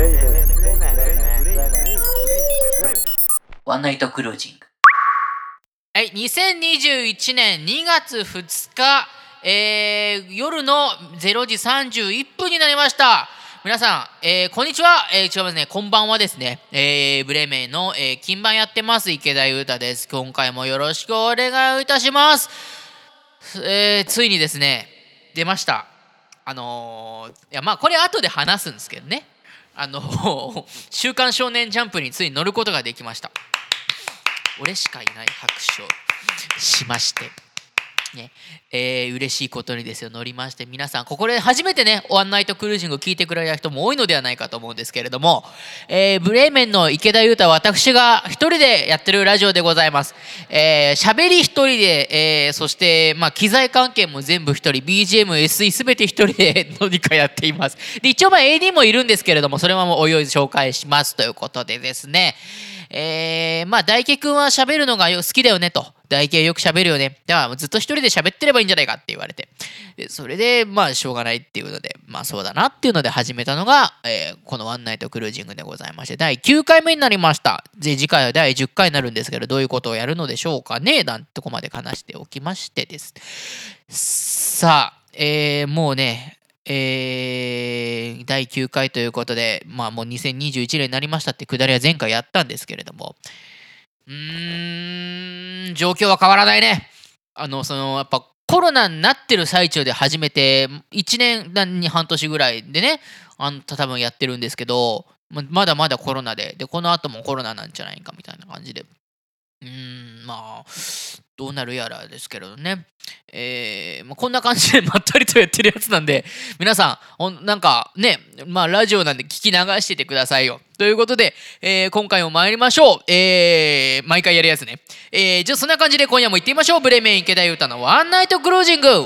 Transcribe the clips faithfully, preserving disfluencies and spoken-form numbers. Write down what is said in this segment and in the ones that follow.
ワンナイトクルージング。 はい、にせんにじゅういちねんにがつふつか、えー、夜のれいじさんじゅういっぷんになりました。皆さん、えー、こんにちは、えー、違いますね、こんばんはですね。えー、ブレーメンの、えー、金番やってます池田裕太です。今回もよろしくお願いいたします。えー、ついにですね、出ました。あのー、いやまあこれ後で話すんですけどね。あのー、週刊少年ジャンプについに乗ることができました。俺しかいない拍手をしましてね、えー、嬉しいことにですよ、乗りまして、皆さんここで初めてねワンナイトクルージングを聞いてくれた人も多いのではないかと思うんですけれども、えー、ブレーメンの池田裕太は私が一人でやってるラジオでございます。えー、喋り一人で、えー、そしてまあ機材関係も全部一人、 ビージーエム、エスイー すべて一人で何かやっています。で一応まあ エーディー もいるんですけれども、それはもうおいおい紹介しますということでですね、えー、まあ大輝くんは喋るのが好きだよねと、大輝よく喋るよね、だからずっと一人で喋ってればいいんじゃないかって言われて、でそれでまあしょうがないっていうので、まあそうだなっていうので始めたのが、えー、このワンナイトクルージングでございまして、だいきゅうかいめになりました。で次回はだいじゅっかいになるんですけど、どういうことをやるのでしょうかね、なんてとこまで話しておきましてです。さあ、えー、もうねえー、だいきゅうかいということで、まあもうにせんにじゅういちねんになりましたってくだりは前回やったんですけれども、うーん状況は変わらないね。あのそのやっぱコロナになってる最中で始めていちねんに半年ぐらいでね、あんた多分やってるんですけど、まだまだコロナででこの後もコロナなんじゃないかみたいな感じで、うーんまあどうなるやらですけどね、えーまあ、こんな感じでまったりとやってるやつなんで、皆さんほんなんかね、まあラジオなんで聞き流しててくださいよということで、えー、今回も参りましょう。えー、毎回やるやつね。えー、じゃあそんな感じで今夜も行ってみましょう。ブレメン池田裕太のワンナイトクルージング。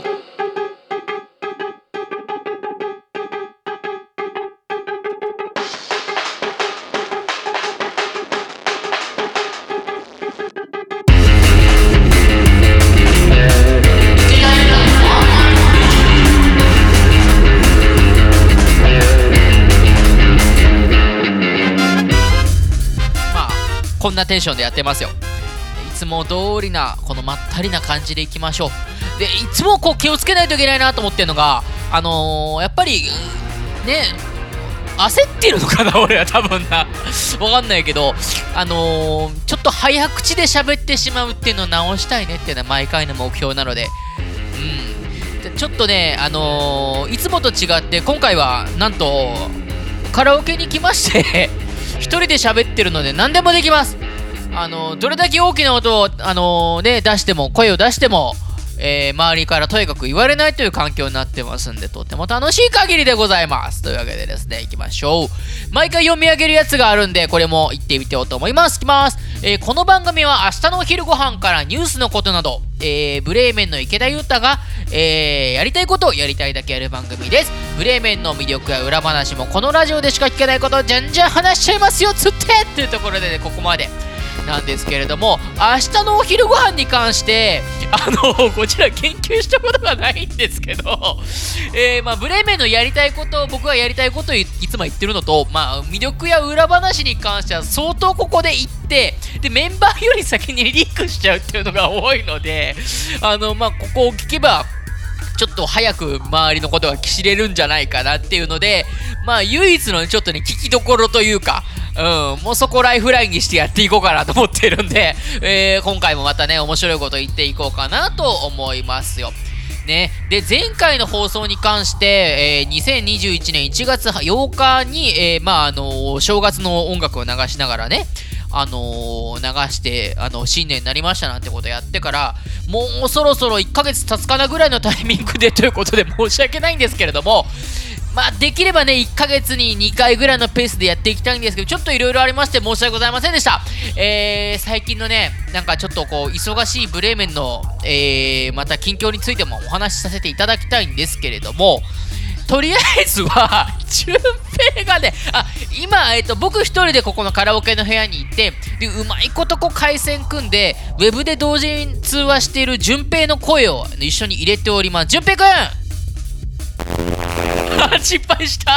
こんなテンションでやってますよ。いつも通りなこのまったりな感じでいきましょう。でいつもこう気をつけないといけないなと思ってるのが、あのー、やっぱりね焦ってるのかな俺は多分なわかんないけど、あのー、ちょっと早口で喋ってしまうっていうのを直したいねっていうのは毎回の目標なので、うんちょっとねあのー、いつもと違って今回はなんとカラオケに来まして一人で喋ってるので何でもできます。あのどれだけ大きな音を、あのーね、出しても声を出しても、えー、周りからとにかく言われないという環境になってますんで、とっても楽しい限りでございます。というわけでですね、いきましょう。毎回読み上げるやつがあるんで、これも言ってみてようと思います。いきます。えー、この番組は明日のお昼ご飯からニュースのことなど、えー、ブレーメンの池田裕太が、えー、やりたいことをやりたいだけやる番組です。ブレーメンの魅力や裏話もこのラジオでしか聞けないことをじゃんじゃん話しちゃいますよつってっていうところで、ね、ここまでなんですけれども、明日のお昼ご飯に関してあのこちら研究したことがないんですけど、えーまあ、ブレーメンのやりたいことを僕がやりたいことをいつも言ってるのと、まあ、魅力や裏話に関しては相当ここで言ってでメンバーより先にリークしちゃうっていうのが多いので、あの、まあ、ここを聞けばちょっと早く周りのことが知れるんじゃないかなっていうので、まあ唯一のちょっとね聞きどころというか、うん、もうそこライフラインにしてやっていこうかなと思ってるんで、えー、今回もまたね面白いこと言っていこうかなと思いますよ。ね、で前回の放送に関して、えー、にせんにじゅういちねんいちがつようかに、えー、まああのー、正月の音楽を流しながらね、あのー、流してあの新年になりましたなんてことやってから、もうそろそろいっかげつ経つかなぐらいのタイミングでということで申し訳ないんですけれども、まあできればねいっかげつににかいぐらいのペースでやっていきたいんですけど、ちょっといろいろありまして申し訳ございませんでした。えー、最近のねなんかちょっとこう忙しいブレーメンの、えー、また近況についてもお話しさせていただきたいんですけれども、とりあえずは順平がね、あ今、えっと、僕一人でここのカラオケの部屋にいて、でうまいことこう回線組んでウェブで同時に通話している順平の声を一緒に入れております。順平くん失敗した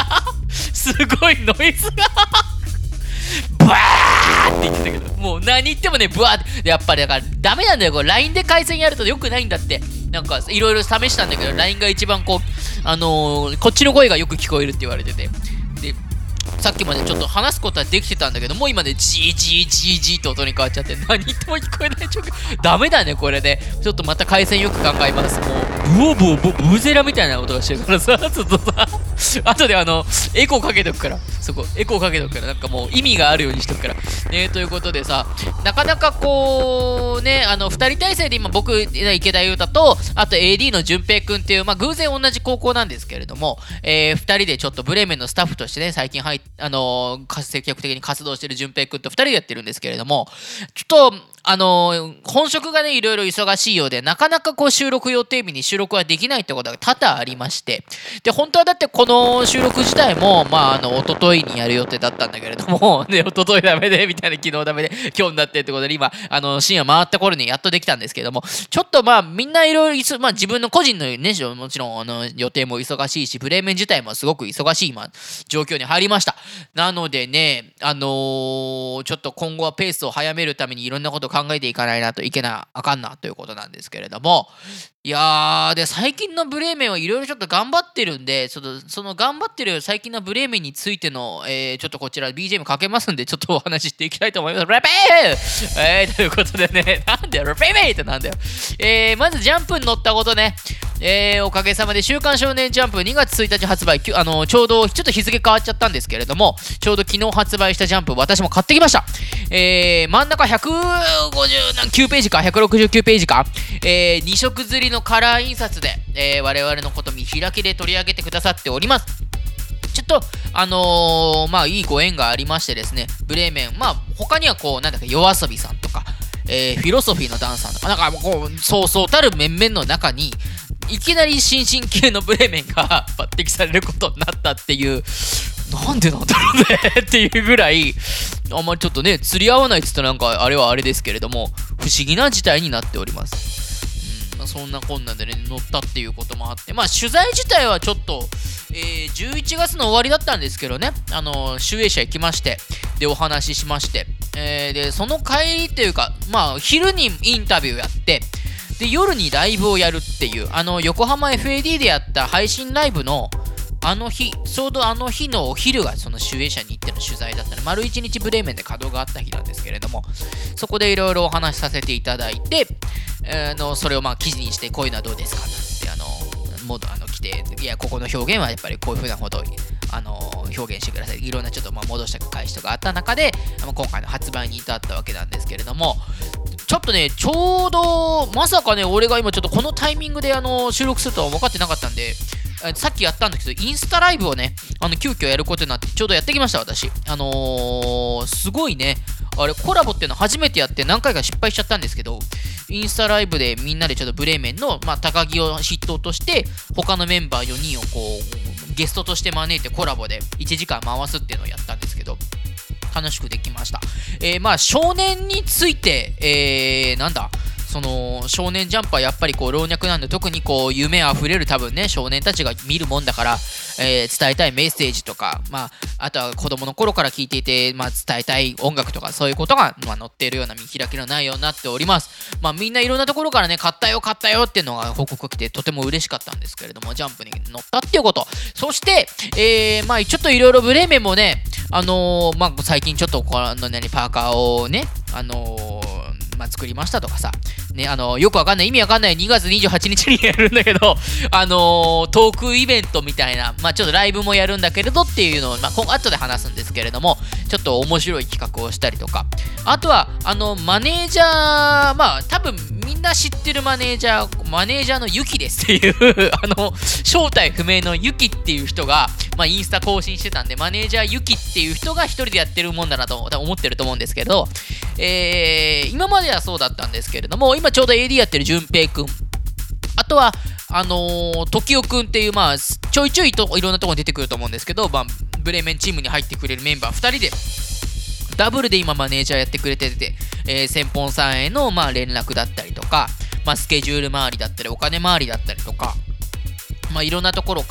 すごいノイズがブワーって言ってたけど、もう何言ってもねブワーって、やっぱりだからダメなんだよ、これ ライン で回線やるとよくないんだって。なんかいろいろ試したんだけど ライン が一番こうあのー、こっちの声がよく聞こえるって言われてて、でさっきまでちょっと話すことはできてたんだけど、もう今ねジージージージーって音に変わっちゃって、何言っても聞こえない状況。ダメだねこれで、ちょっとまた回線よく考えます。もうブオブオブブゼラみたいな音がしてるからさ、ちょっとさ後であのエコーかけとくから、そこエコーかけとくから、なんかもう意味があるようにしとくからね。ということでさ、なかなかこうね、あのふたり体制で今僕池田裕太と、あと エーディー の淳平くんっていう、まあ偶然同じ高校なんですけれども、えー、ふたりでちょっとブレーメンのスタッフとしてね、最近入ってあのー、積極的に活動してる淳平くんとふたりでやってるんですけれども、ちょっとあのー、本職がねいろいろ忙しいようで、なかなかこう収録予定日に収録はできないってことが多々ありまして、で本当はだってこの収録自体もまああの一昨日にやる予定だったんだけれども、で一昨日ダメでみたいな、昨日ダメで今日になってってことで、今あの深夜回った頃にやっとできたんですけれども、ちょっとまあみんないろいろ、まあ自分の個人のねもちろんあの予定も忙しいし、ブレーメン自体もすごく忙しい今状況に入りました。なのでね、あのー、ちょっと今後はペースを早めるためにいろんなことを考えていかないなといけなあかんなということなんですけれども、いやーで最近のブレーメンはいろいろちょっと頑張ってるんで、そのその頑張ってる最近のブレーメンについての、えー、ちょっとこちら ビージーエム かけますんで、ちょっとお話ししていきたいと思います。ラペーえー、ということでね、なんだよラペーメイってなんだよ。えー、まずジャンプに乗ったことね、えー、おかげさまで週刊少年ジャンプにがつついたち発売、あのちょうどちょっと日付変わっちゃったんですけれども、ちょうど昨日発売したジャンプ私も買ってきました。えー、真ん中ひゃくごじゅうきゅうページかひゃくろくじゅうきゅうページか、えー、に色刷りのカラー印刷で、えー、我々のこと見開きで取り上げてくださっております。ちょっとあのー、まあいいご縁がありましてですね、ブレーメン、まあ他にはこうなんだか夜遊びさんとか、えー、フィロソフィーのダンさんとか、なんかこうそうそうたる面々の中にいきなり新進系のブレーメンが抜擢されることになったっていう、なんでなんだろうねっていうぐらい、あんまりちょっとね釣り合わないって言ったらなんかあれはあれですけれども、不思議な事態になっております。うん、まあ、そんなこんなでね乗ったっていうこともあって、まあ取材自体はちょっと、えー、じゅういちがつの終わりだったんですけどね、あの集英社行きまして、でお話ししまして、えー、でその帰りっていうか、まあ昼にインタビューやって、で夜にライブをやるっていう、あの横浜 エフエーディー でやった配信ライブのあの日、ちょうどあの日のお昼がその集英社に行っての取材だったので、丸一日ブレーメンで稼働があった日なんですけれども、そこでいろいろお話しさせていただいて、えー、のそれをまあ記事にして、こういうのはどうですかなんてあのもあの来て、いやここの表現はやっぱりこういうふうなことをあの表現してください、いろんなちょっとまあ戻した返しとかあった中で、今回の発売に至ったわけなんですけれども、ちょっとねちょうどまさかね俺が今ちょっとこのタイミングであの収録するとは分かってなかったんで、さっきやったんだけどインスタライブをねあの急遽やることになって、ちょうどやってきました私。あのー、すごいね、あれコラボっていうの初めてやって何回か失敗しちゃったんですけど、インスタライブでみんなでちょっとブレーメンの、まあ、高木を筆頭として他のメンバーよにんをこうゲストとして招いてコラボでいちじかん回すっていうのをやったんですけど、楽しくできました。えー、まあ少年について、えー、なんだその少年ジャンプはやっぱりこう老若男女、特にこう夢あふれる多分ね少年たちが見るもんだから、えー、伝えたいメッセージとか、まあ、あとは子供の頃から聞いていて、まあ、伝えたい音楽とかそういうことが、まあ、載っているような見開きの内容になっております。まあみんないろんなところからね買ったよ買ったよっていうのが報告が来てとても嬉しかったんですけれども、ジャンプに載ったっていうこと、そして、えー、まあちょっといろいろブレーメンもねあのー、まあ最近ちょっとこの何パーカーをねあのーまあ、作りましたとかさ、ね、あのよくわかんない意味わかんないにがつにじゅうはちにちにやるんだけど、あのー、トークイベントみたいな、まあ、ちょっとライブもやるんだけれどっていうのを、まあ、今後で話すんですけれども、ちょっと面白い企画をしたりとか、あとはあのマネージャー、まあ多分みんな知ってるマネージャーマネージャーのユキですっていうあの正体不明のユキっていう人が、まあ、インスタ更新してたんで、マネージャーユキっていう人が一人でやってるもんだなと思ってると思うんですけど、えー、今まではそうだったんですけれども、今ちょうど エーディー やってる淳平くん、あとはあのー、時代くんっていう、まあちょいちょいといろんなところに出てくると思うんですけど、まあ、ブレーメンチームに入ってくれるメンバーふたりでダブルで今マネージャーやってくれてて、えー、先本さんへの、まあ、連絡だったりとか、まあ、スケジュール周りだったりお金周りだったりとか、まあ、いろんなところをかなり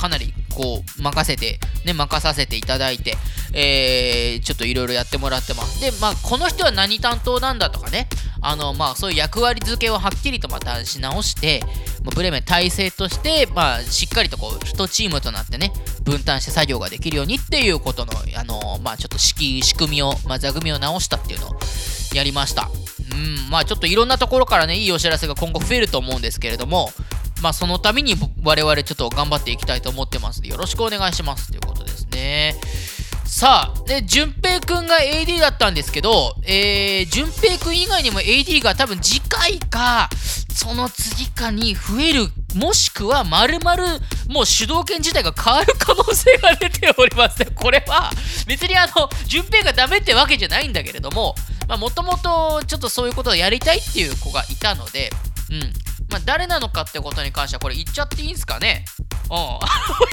こう任せてね任させていただいて、えーちょっといろいろやってもらってます。でまあこの人は何担当なんだとかね、あのまあそういう役割付けをはっきりとまたし直して、まあブレーメン体制としてまあしっかりとこう一チームとなってね分担して作業ができるようにっていうことのあのまあちょっと仕仕組みを、まあ、座組みを直したっていうのをやりました。うんまあちょっといろんなところからねいいお知らせが今後増えると思うんですけれども、まあそのために我々ちょっと頑張っていきたいと思ってますのでよろしくお願いしますということですね。さあで順平くんが エーディー だったんですけど、えー、順平くん以外にも エーディー が多分次回かその次かに増える、もしくはまるまるもう主導権自体が変わる可能性が出ておりますね。これは別にあの順平がダメってわけじゃないんだけれども、もともとちょっとそういうことをやりたいっていう子がいたので、うんまあ、誰なのかってことに関してはこれ言っちゃっていいんすかね。うん、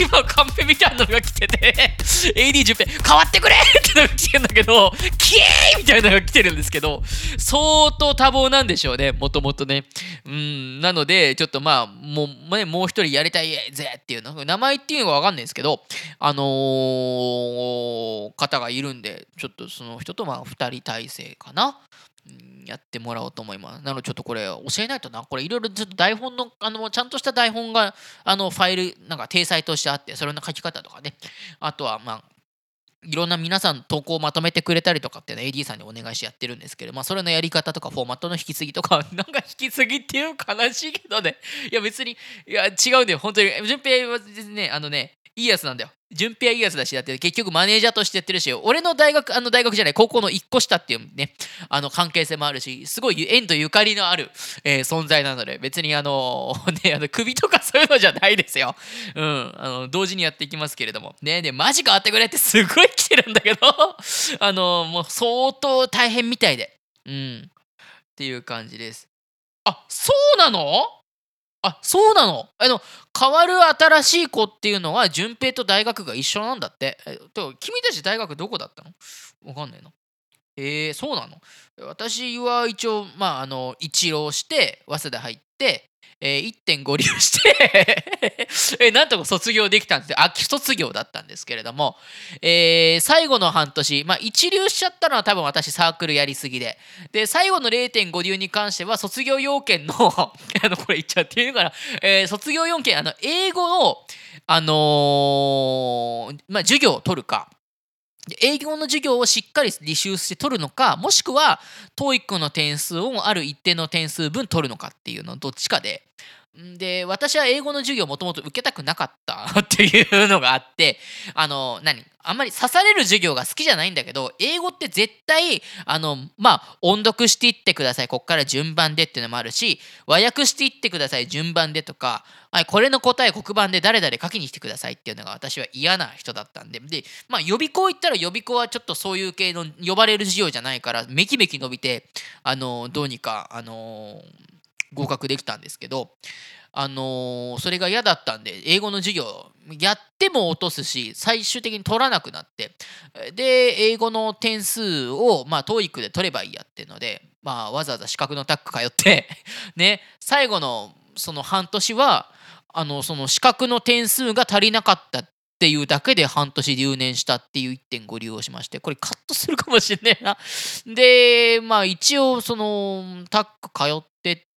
今カンペみたいなのが来ててエーディー 順平変わってくれってのが来てるんだけどキエーみたいなのが来てるんですけど、相当多忙なんでしょうねもともとね。うんなのでちょっとまあもう,、ね、もう一人やりたいぜっていうの名前っていうのが分かんないんですけど、あのー、方がいるんでちょっとその人とまあふたり体制かなやってもらおうと思います。なのでちょっとこれ教えないとな。これいろいろちょっと台本のあのちゃんとした台本があのファイルなんか体裁としてあって、それの書き方とかね、あとはまあいろんな皆さん投稿をまとめてくれたりとかっていうのは エーディー さんにお願いしてやってるんですけど、まあそれのやり方とかフォーマットの引き継ぎとかなんか引き継ぎっていう悲しいけどね、いや別にいや違うんだよ本当に。順平はねあのねいいやつなんだよ。順平はいいやつだし、だって結局マネージャーとしてやってるし、俺の大学、あの大学じゃない、高校の一個下っていうね、あの関係性もあるし、すごい縁とゆかりのある、えー存在なので、別にあの、ね、あの首とかそういうのじゃないですよ。うん、あの同時にやっていきますけれども。ね、で、マジ変わってくれってすごい来てるんだけど、あの、もう相当大変みたいで、うん、っていう感じです。あ、そうなの？あ、そうなの？あの、変わる新しい子っていうのは、順平と大学が一緒なんだって。え、てか君たち大学どこだったの？わかんないな。えー、そうなの？私は一応、まあ、あの、一浪して、早稲田入って、えー、いってんご 流してえーなんとか卒業できたんですよ。秋卒業だったんですけれども、えー最後の半年、まあ、一流しちゃったのは多分私サークルやりすぎで、で、最後の れいてんご 流に関しては卒業要件のあの、これ言っちゃっていいのかな、えー卒業要件、あの、英語の、あのーまあ、授業を取るか、で英語の授業をしっかり履修して取るのか、もしくは トーイック の点数をある一定の点数分取るのかっていうのどっちかで、んで私は英語の授業をもともと受けたくなかったっていうのがあって、あの何あんまり刺される授業が好きじゃないんだけど、英語って絶対あのまあ音読していってください、こっから順番でっていうのもあるし、和訳していってください順番でとか、はい、これの答え黒板で誰々書きに来てくださいっていうのが私は嫌な人だったんで、でまあ予備校行ったら予備校はちょっとそういう系の呼ばれる授業じゃないからめきめき伸びて、あのどうにかあの合格できたんですけど、あのーそれが嫌だったんで英語の授業やっても落とすし最終的に取らなくなって、で英語の点数をまあ トーイック で取ればいいやっていうので、まあわざわざ資格のタック通ってね、最後のその半年はあのその資格の点数が足りなかったっていうだけで半年留年したっていう いってんご 流をしまして、これカットするかもしれないな。でまあ一応そのタック通ってって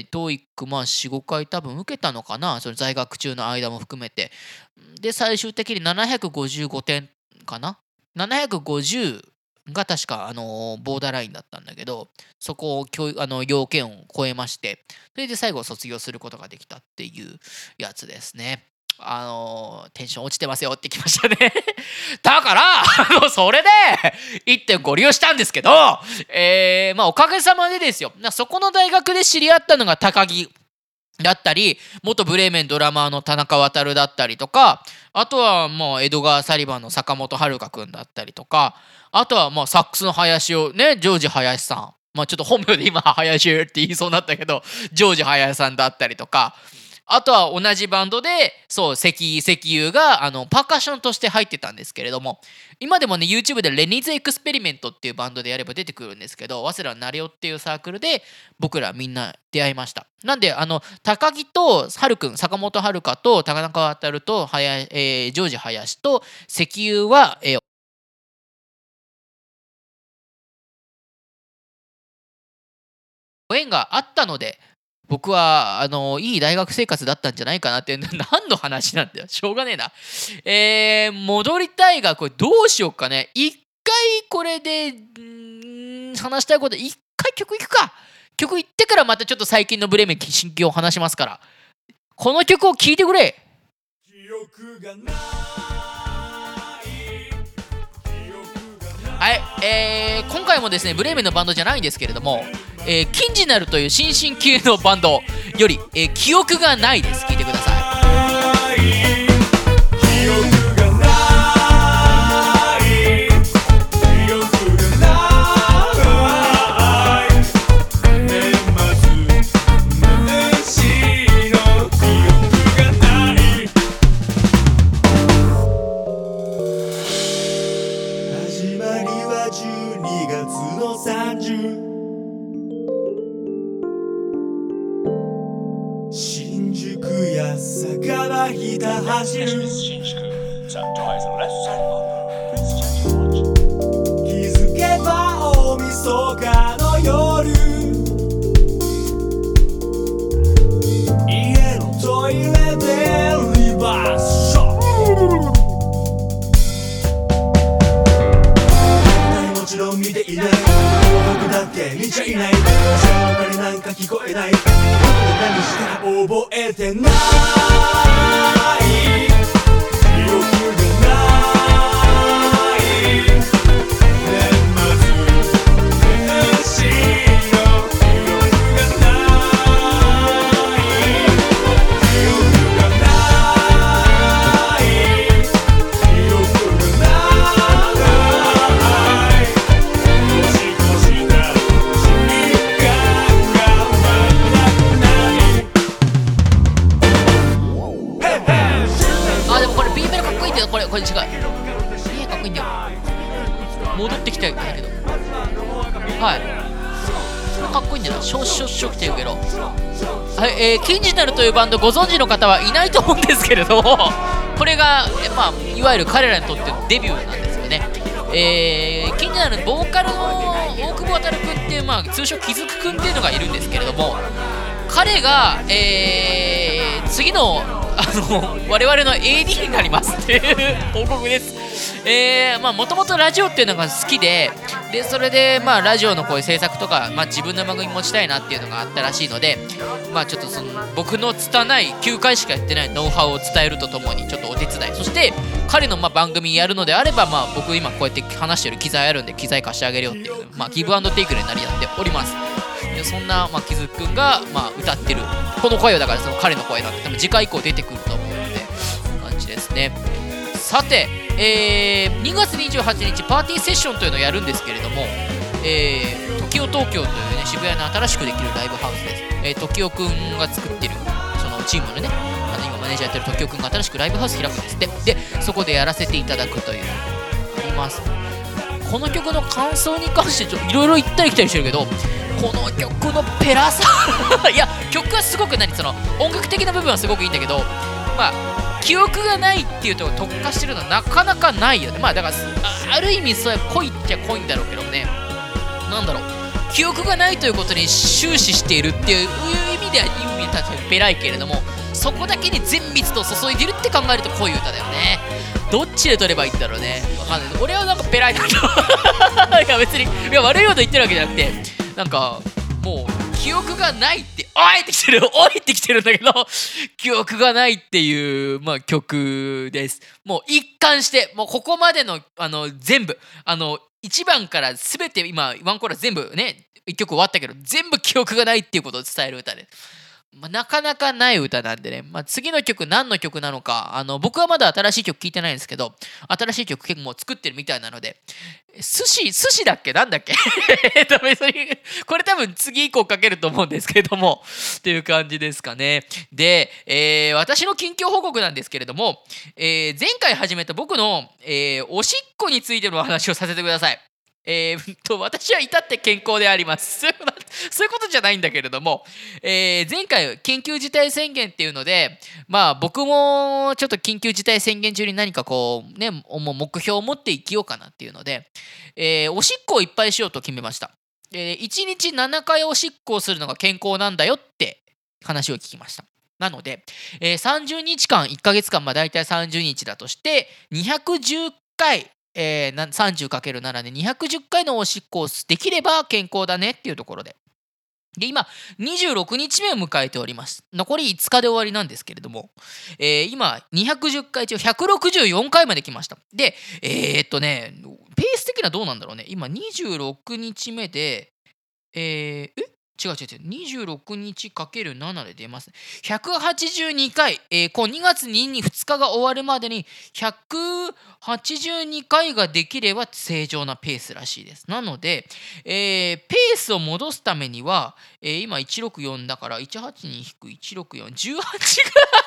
トーイック まあよん、ごかい多分受けたのかな、その在学中の間も含めて。で最終的にななひゃくごじゅうごてんかな、ななひゃくごじゅうが確か、あのボーダーラインだったんだけど、そこを教あの要件を超えまして、それで最後卒業することができたっていうやつですね。あのテンション落ちてますよってきましたねだからあのそれで いってんご 流したんですけど、えーまあおかげさまでですよ、そこの大学で知り合ったのが高木だったり、元ブレーメンドラマーの田中航だったりとか、あとはもう江戸川サリバンの坂本遥くんだったりとか、あとはまあサックスの林をね、ジョージ林さん、まあちょっと本名で今林って言いそうになったけどジョージ林さんだったりとか、 あとは同じバンドで、そう、石石油があのパーカッションとして入ってたんですけれども、今でもね、YouTube でレニーズエクスペリメントっていうバンドでやれば出てくるんですけど、早稲田なれおっていうサークルで僕らみんな出会いました。なんで、あの、高木と春くん、坂本遥と高中渡と、はやえージョージ林と石油は、えーご縁があったので、僕はあのいい大学生活だったんじゃないかなって何の話なんだよ、しょうがねえな。えー、戻りたいが、これどうしようかね。一回これでんー話したいこと、一回曲いくか。曲いってからまたちょっと最近のブレーメン心境を話しますから、この曲を聴いてくれ。記憶がないはい、えー、今回もですねブレーメンのバンドじゃないんですけれども、えー、キンジナルという新進気鋭のバンドより、えー、記憶がないです。聞いてください。記憶がない記憶がない年末年始の記憶がない始まりはじゅうにがつのさんじゅう新宿や酒場ひた走る気づけば大晦日の夜家のトイレでリバースショックもちろん見ていない僕だって見ちゃいない他になんか聞こえない何したか覚えてない記憶がない年末年始の記憶がない記憶がない記憶がない年越した時間がまだないあ、でもこれ B メロかっこいいんだよ。これこれ違う B かっこいいんだよ。戻ってきたんだけど、はいかっこいいんだよ。ショッショッショって言うけど、はい、えー、キンジナルというバンドご存知の方はいないと思うんですけれどもこれが、えまあ、いわゆる彼らにとってのデビューなんですよね。えー、キンジナルのボーカルの大久保航君っていう、まあ、通称キズク君っていうのがいるんですけれども、彼が、えー、次のあの我々の エーディー になりますっていう報告です。えー、まあもともとラジオっていうのが好きで、でそれでまあラジオのこういう制作とか、まあ、自分の番組持ちたいなっていうのがあったらしいので、まあちょっとその僕の拙いきゅうかいしかやってないノウハウを伝えるとともにちょっとお手伝い、そして彼のまあ番組やるのであれば、まあ僕今こうやって話してる機材あるんで機材貸してあげるよっていう、まあギブアンドテイクになりやっております。でそんな、まあ、キズくんが、まあ、歌ってるこの声はだからその彼の声なんで、多分次回以降出てくると思うので感じですね。さて、えー、にがつにじゅうはちにちパーティーセッションというのをやるんですけれども、えー、トキオ東京というね渋谷の新しくできるライブハウスです。えー、トキオくんが作ってるそのチームのね、あの今マネージャーやってるトキオくんが新しくライブハウス開くんですって。でそこでやらせていただくというのがあります。この曲の感想に関してちょっといろいろ行ったり来たりしてるけど、この曲のペラさいや曲はすごく何その音楽的な部分はすごくいいんだけど、まあ記憶がないっていうところ特化してるのはなかなかないよね。まあだから あ, ある意味そう濃いっちゃ濃いんだろうけどね、なんだろう、記憶がないということに終始しているっていう意味では意味でペラいけれども、そこだけに全密度注いでるって考えると濃い歌だよね。どっちで撮ればいいんだろうね、わかんない。俺はなんかペライだといや別にいや悪いこと言ってるわけじゃなくて、なんかもう記憶がないっておいってきてるおいってきてるんだけど記憶がないっていう、まあ、曲です。もう一貫してもうここまでの、あの全部あのいちばんから全て今ワンコーラス全部ねいっきょく終わったけど全部記憶がないっていうことを伝える歌です。 まあ、なかなかない歌なんでね、まあ、次の曲何の曲なのか、あの僕はまだ新しい曲聴いてないんですけど、新しい曲結構もう作ってるみたいなので、寿司、寿司だっけなんだっけえっと別に、これ多分次以降かけると思うんですけれども、っていう感じですかね。で、えー私の近況報告なんですけれども、えー前回始めた僕の、えーおしっこについてのお話をさせてください。えー、と私は至って健康であります。そういうことそういうことじゃないんだけれども、えー前回緊急事態宣言っていうので、まあ僕もちょっと緊急事態宣言中に何かこうね、もう目標を持って生きようかなっていうので、えーおしっこをいっぱいしようと決めました。えーいちにちななかいおしっこをするのが健康なんだよって話を聞きました。なので、えーさんじゅうにちかん、いっかげつかん、まあ大体さんじゅうにちだとして、にひゃくじゅっかい、えーな さんじゅうかけるなな でにひゃくじゅっかいのおしっこをできれば健康だねっていうところで。で、今、にじゅうろくにちめを迎えております。残りいつかで終わりなんですけれども、えー今、にひゃくじゅっかい中ひゃくろくじゅうよんかいまで来ました。で、えーっとね、ペース的にはどうなんだろうね。今、にじゅうろくにちめで、えー、え違う違う違う。にじゅうろくにちかけるななで出ます。ひゃくはちじゅうにかい、えーこうにがつににふつかが終わるまでにひゃくはちじゅうにかいができれば正常なペースらしいです。なので、えーペースを戻すためには、えー今いちろくよんだからいちはちに引くいちろくよん、じゅうはち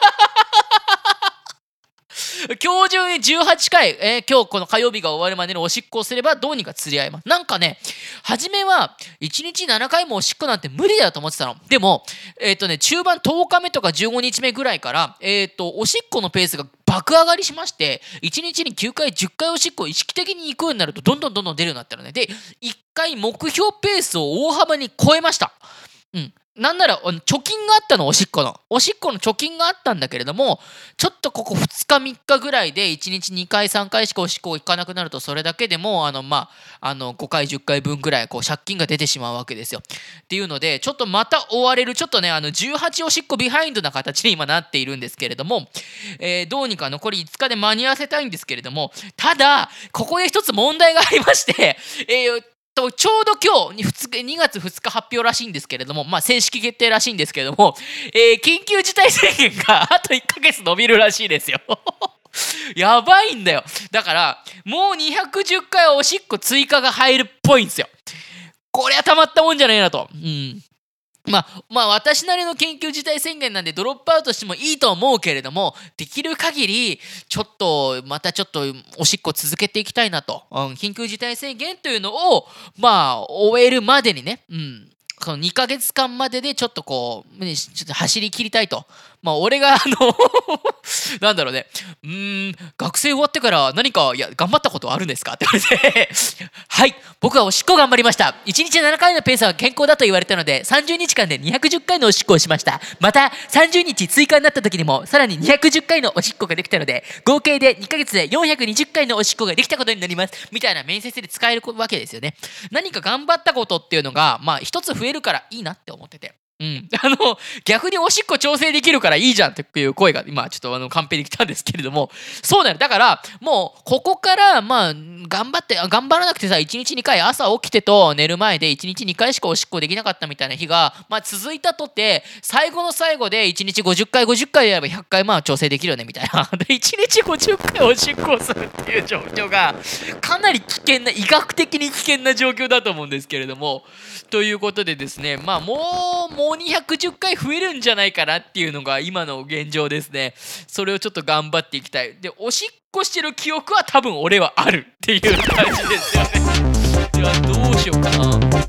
今日中にじゅうはちかい、えー今日この火曜日が終わるまでにおしっこをすればどうにか釣り合います。なんかね、初めはいちにちななかいもおしっこなんて無理だと思ってたの。でも、えっとね、中盤とおかめとかじゅうごにちめぐらいから、えっと、おしっこのペースが爆上がりしまして、いちにちにきゅうかい、じゅっかいおしっこを意識的に行くようになると、どんどんどんどん出るようになったのね。で、いっかい目標ペースを大幅に超えました。うん。なんなら、あの貯金があったの、おしっこの。おしっこの貯金があったんだけれども、ちょっとここふつかみっかぐらいでいちにちにかいさんかいしかおしっこ行かなくなると、それだけでも、あの、まあ、あの、ごかいじゅっかいぶんぐらい、こう、借金が出てしまうわけですよ。っていうので、ちょっとまた追われる、ちょっとね、あの、じゅうはちおしっこビハインドな形に今なっているんですけれども、えーどうにか残りいつかで間に合わせたいんですけれども、ただ、ここで一つ問題がありまして、えーとちょうど今日にふつかにがつふつか発表らしいんですけれども、まあ、正式決定らしいんですけれども、えー緊急事態宣言があといっかげつ伸びるらしいですよ。やばいんだよ。だからもうにひゃくじゅっかいおしっこ追加が入るっぽいんですよ。こりゃたまったもんじゃねえなと。うんまあ、まあ私なりの緊急事態宣言なんでドロップアウトしてもいいと思うけれども、できる限りちょっとまたちょっとおしっこ続けていきたいなと、うん、緊急事態宣言というのをまあ終えるまでにね、うん、そのにかげつかんまででちょっとこうねちょっと走り切りたいと。まあ俺があのなんだろうね、うーん学生終わってから何かいや頑張ったことあるんですかって言われてはい、僕はおしっこ頑張りました。いちにちななかいのペースは健康だと言われたのでさんじゅうにちかんでにひゃくじゅっかいのおしっこをしました。またさんじゅうにち追加になった時にもさらににひゃくじゅっかいのおしっこができたので、合計でにかげつでよんひゃくにじゅっかいのおしっこができたことになりますみたいな面接で使えるわけですよね。何か頑張ったことっていうのがまあ一つ増えるからいいなって思ってて、うん、あの逆におしっこ調整できるからいいじゃんっていう声が今ちょっとあのカンペに来たんですけれども、そうなの。だからもうここからまあ頑張って頑張らなくてさ、いちにちにかい朝起きてと寝る前でいちにちにかいしかおしっこできなかったみたいな日がまあ続いたとて、最後の最後でいちにちごじゅっかいごじゅっかいやればひゃっかいまあ調整できるよねみたいなでいちにちごじゅっかいおしっこをするっていう状況がかなり危険な、医学的に危険な状況だと思うんですけれども、ということでですね、まあもうもうにひゃくじゅっかい増えるんじゃないかなっていうのが今の現状ですね。それをちょっと頑張っていきたい。でおしっこしてる記憶は多分俺はあるっていう感じですよね。じゃあどうしようかな。ワンナイト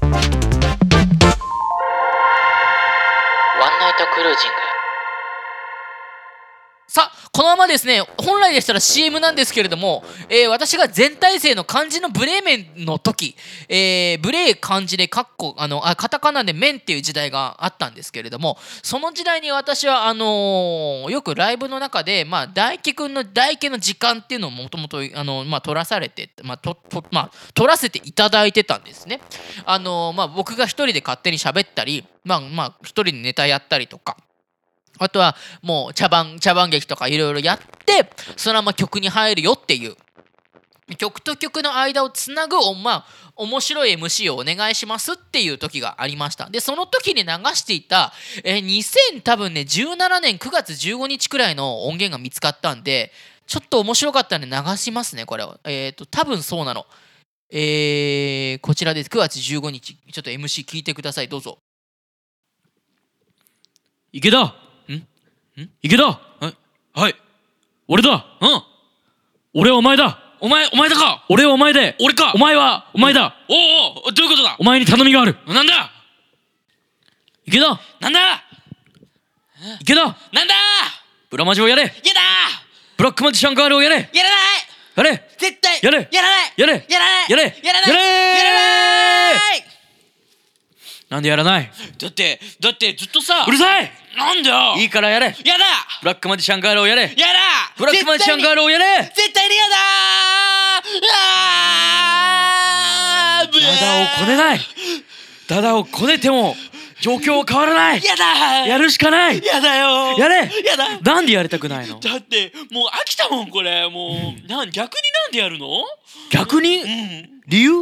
クルージング。 さあこのままですね、本来でしたら シーエム なんですけれども、えー私が全体制の漢字のブレーメンの時、えー、ブレー漢字でカッコあのあカタカナで面っていう時代があったんですけれども、その時代に私はあのーよくライブの中で、まあ、大輝くんの大輝の時間っていうのをもともとあの、まあ、取らされて、まあととまあ、取らせていただいてたんですね。あのーまあ、僕が一人で勝手に喋ったり、まあまあ、一人でネタやったりとか。あとはもう茶番茶番劇とかいろいろやってそのまま曲に入るよっていう曲と曲の間をつなぐお、まあ、面白い エムシー をお願いしますっていう時がありました。でその時に流していた、えー、にせん多分ねじゅうななねんくがつじゅうごにちくらいの音源が見つかったんで、ちょっと面白かったんで流しますね。これはえっ、ー、と多分そうなの。えー、こちらです。くがつじゅうごにち、ちょっと エムシー 聞いてください。どうぞ。 池田、んん池田、はい、俺だ。うん、俺はお前だ。お前、お前だか。俺はお前で。俺か。お前はお前だ。おおお、どういうことだ。お前に頼みがある。なんだ。池田。なんだ。池田。なんだ。ブラマジをやれ。やだ。ブラックマジシャンガールをやれ。やらない。やれ。絶対。やれ。やらない。やれ。やらない。やれ。やらない。やれ。やらない。なんでやらない。だってだってずっとさ。うるさい。なんだよ。いいからやれ。やだ。ブラックマジシャンガールをやれ。やだ。ブラックマジシャンガールをやれ。絶対にやだー。ダダをこねない。ダダをこねても状況は変わらない。やだ。やるしかない。やだよ。やれ。やだ。なんでやりたくないの。だってもう飽きたもんこれ。もうなん逆になんでやるの。逆に、うん、理由、うん、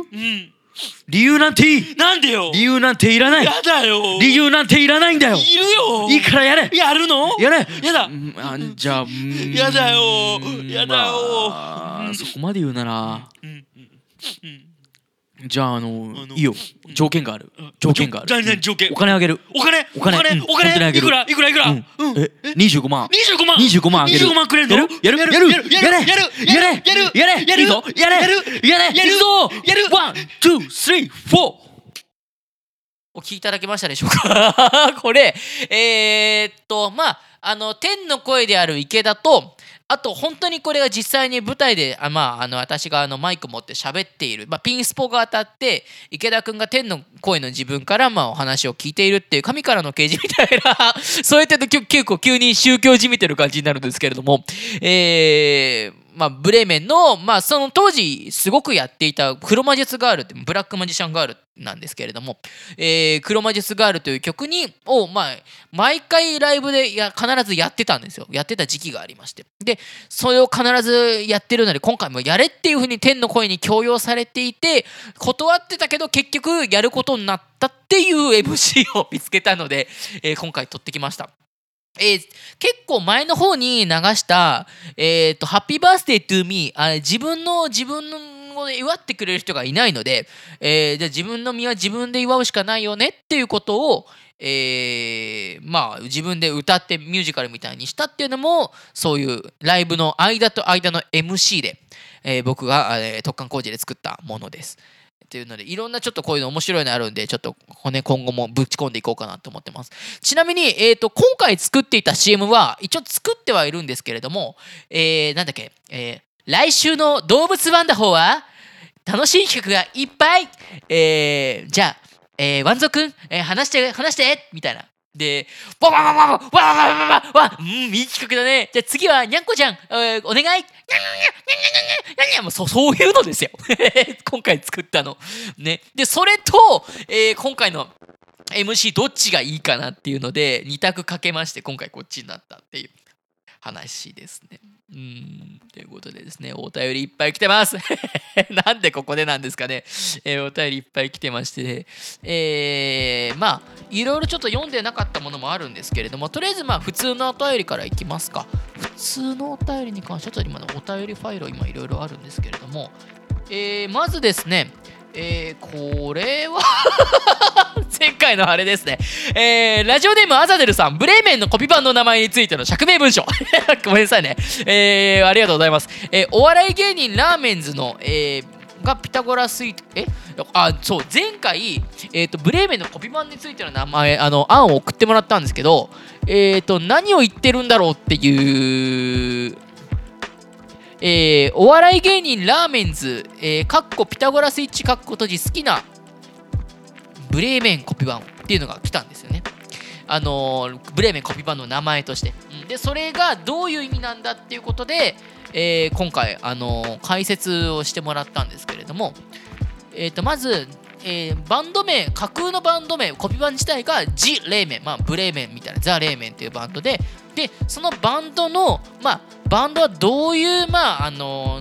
理由なんていい。なんでよ。理由なんていらない。やだよ。理由なんていらないんだよ。いるよ。いいからやれ。やるの。やれ。やだ。あじゃあやだよ。やだよ、まあ、そこまで言うなら、うんうんうん、じゃああのいいよ。条件がある。条件がある。何何条件。お金あげる。お金お金お金いくらいくらいくら。えにじゅうごまん。にじゅうごまん。にじゅうごまんあげる。にじゅうごまんくれんの。やるやるやるやるやるやるやるやれやれやるぞ。やれやるやれやるぞ。やる。ワンツースリーフォー。 お聞きいただけましたでしょうか。これえー、っとまああの天の声である池田と、あと本当にこれが実際に舞台であ、まあ、あの私があのマイク持って喋っている、まあ、ピンスポが当たって池田くんが天の声の自分からまあお話を聞いているっていう神からの啓示みたいなそうやってると結構急に宗教じみてる感じになるんですけれども、えーまあ、ブレーメンの、まあ、その当時すごくやっていた黒魔術ガールってブラックマジシャンガールなんですけれども、えー、黒魔術ガールという曲にを、まあ、毎回ライブでや必ずやってたんですよ。やってた時期がありまして、でそれを必ずやってるので今回もやれっていう風に天の声に強要されていて断ってたけど結局やることになったっていう エムシー を見つけたので、えー、今回撮ってきました。えー、結構前の方に流した「えー、とハッピーバースデートゥーミー」あ自分の自分の祝ってくれる人がいないので、えー、じゃあ自分の身は自分で祝うしかないよねっていうことを、えー、まあ自分で歌ってミュージカルみたいにしたっていうのもそういうライブの間と間の エムシー で、えー、僕が、えー、特貫工事で作ったものです。っていうのでいろんなちょっとこういうの面白いのあるんでちょっと、ね、今後もぶち込んでいこうかなと思ってます。ちなみに、えー、と今回作っていた シーエム は一応作ってはいるんですけれども、えー、なんだっけ、えー、来週の動物ワンダホーは楽しい企画がいっぱい、えー、じゃあ、えー、ワンゾくん、えー、話して話してみたいなでワワワワワワワワワワうんいい企画だね。じゃあ次はにゃんこちゃん、えー、お願い。にゃんにゃんにゃんにゃんにゃんにゃんもうそそういうのですよ今回作ったのね。でそれと、えー、今回の エムシー どっちがいいかなっていうのでに択かけまして今回こっちになったっていう話ですね。うーんということでですね、お便りいっぱい来てますなんでここでなんですかね、えー、お便りいっぱい来てまして、ね、えー、まあいろいろちょっと読んでなかったものもあるんですけれども、とりあえずまあ普通のお便りからいきますか。普通のお便りに関してはちょっと今のお便りファイル今いろいろあるんですけれども、えー、まずですね、えー、これは前回のあれですね、えー、ラジオネームアザデルさん、ブレーメンのコピパンの名前についての釈明文書ごめんなさいね、えー、ありがとうございます、えー、お笑い芸人ラーメンズの、えーがピタゴラスイートえあそう前回、えー、とブレーメンのコピパンについての名前あの案を送ってもらったんですけど、えー、と何を言ってるんだろうっていうえー、お笑い芸人ラーメンズ、えー、かっこピタゴラスイッチかっこ閉じ好きなブレーメンコピバンっていうのが来たんですよね。あのー、ブレーメンコピバンの名前として、うん、でそれがどういう意味なんだっていうことで、えー、今回、あのー、解説をしてもらったんですけれども、えー、とまず、えー、バンド名架空のバンド名コピバン自体がジ・レーメン、まあ、ブレーメンみたいなザ・レーメンっていうバンドででそのバンドの、まあ、バンドはどういう、まああの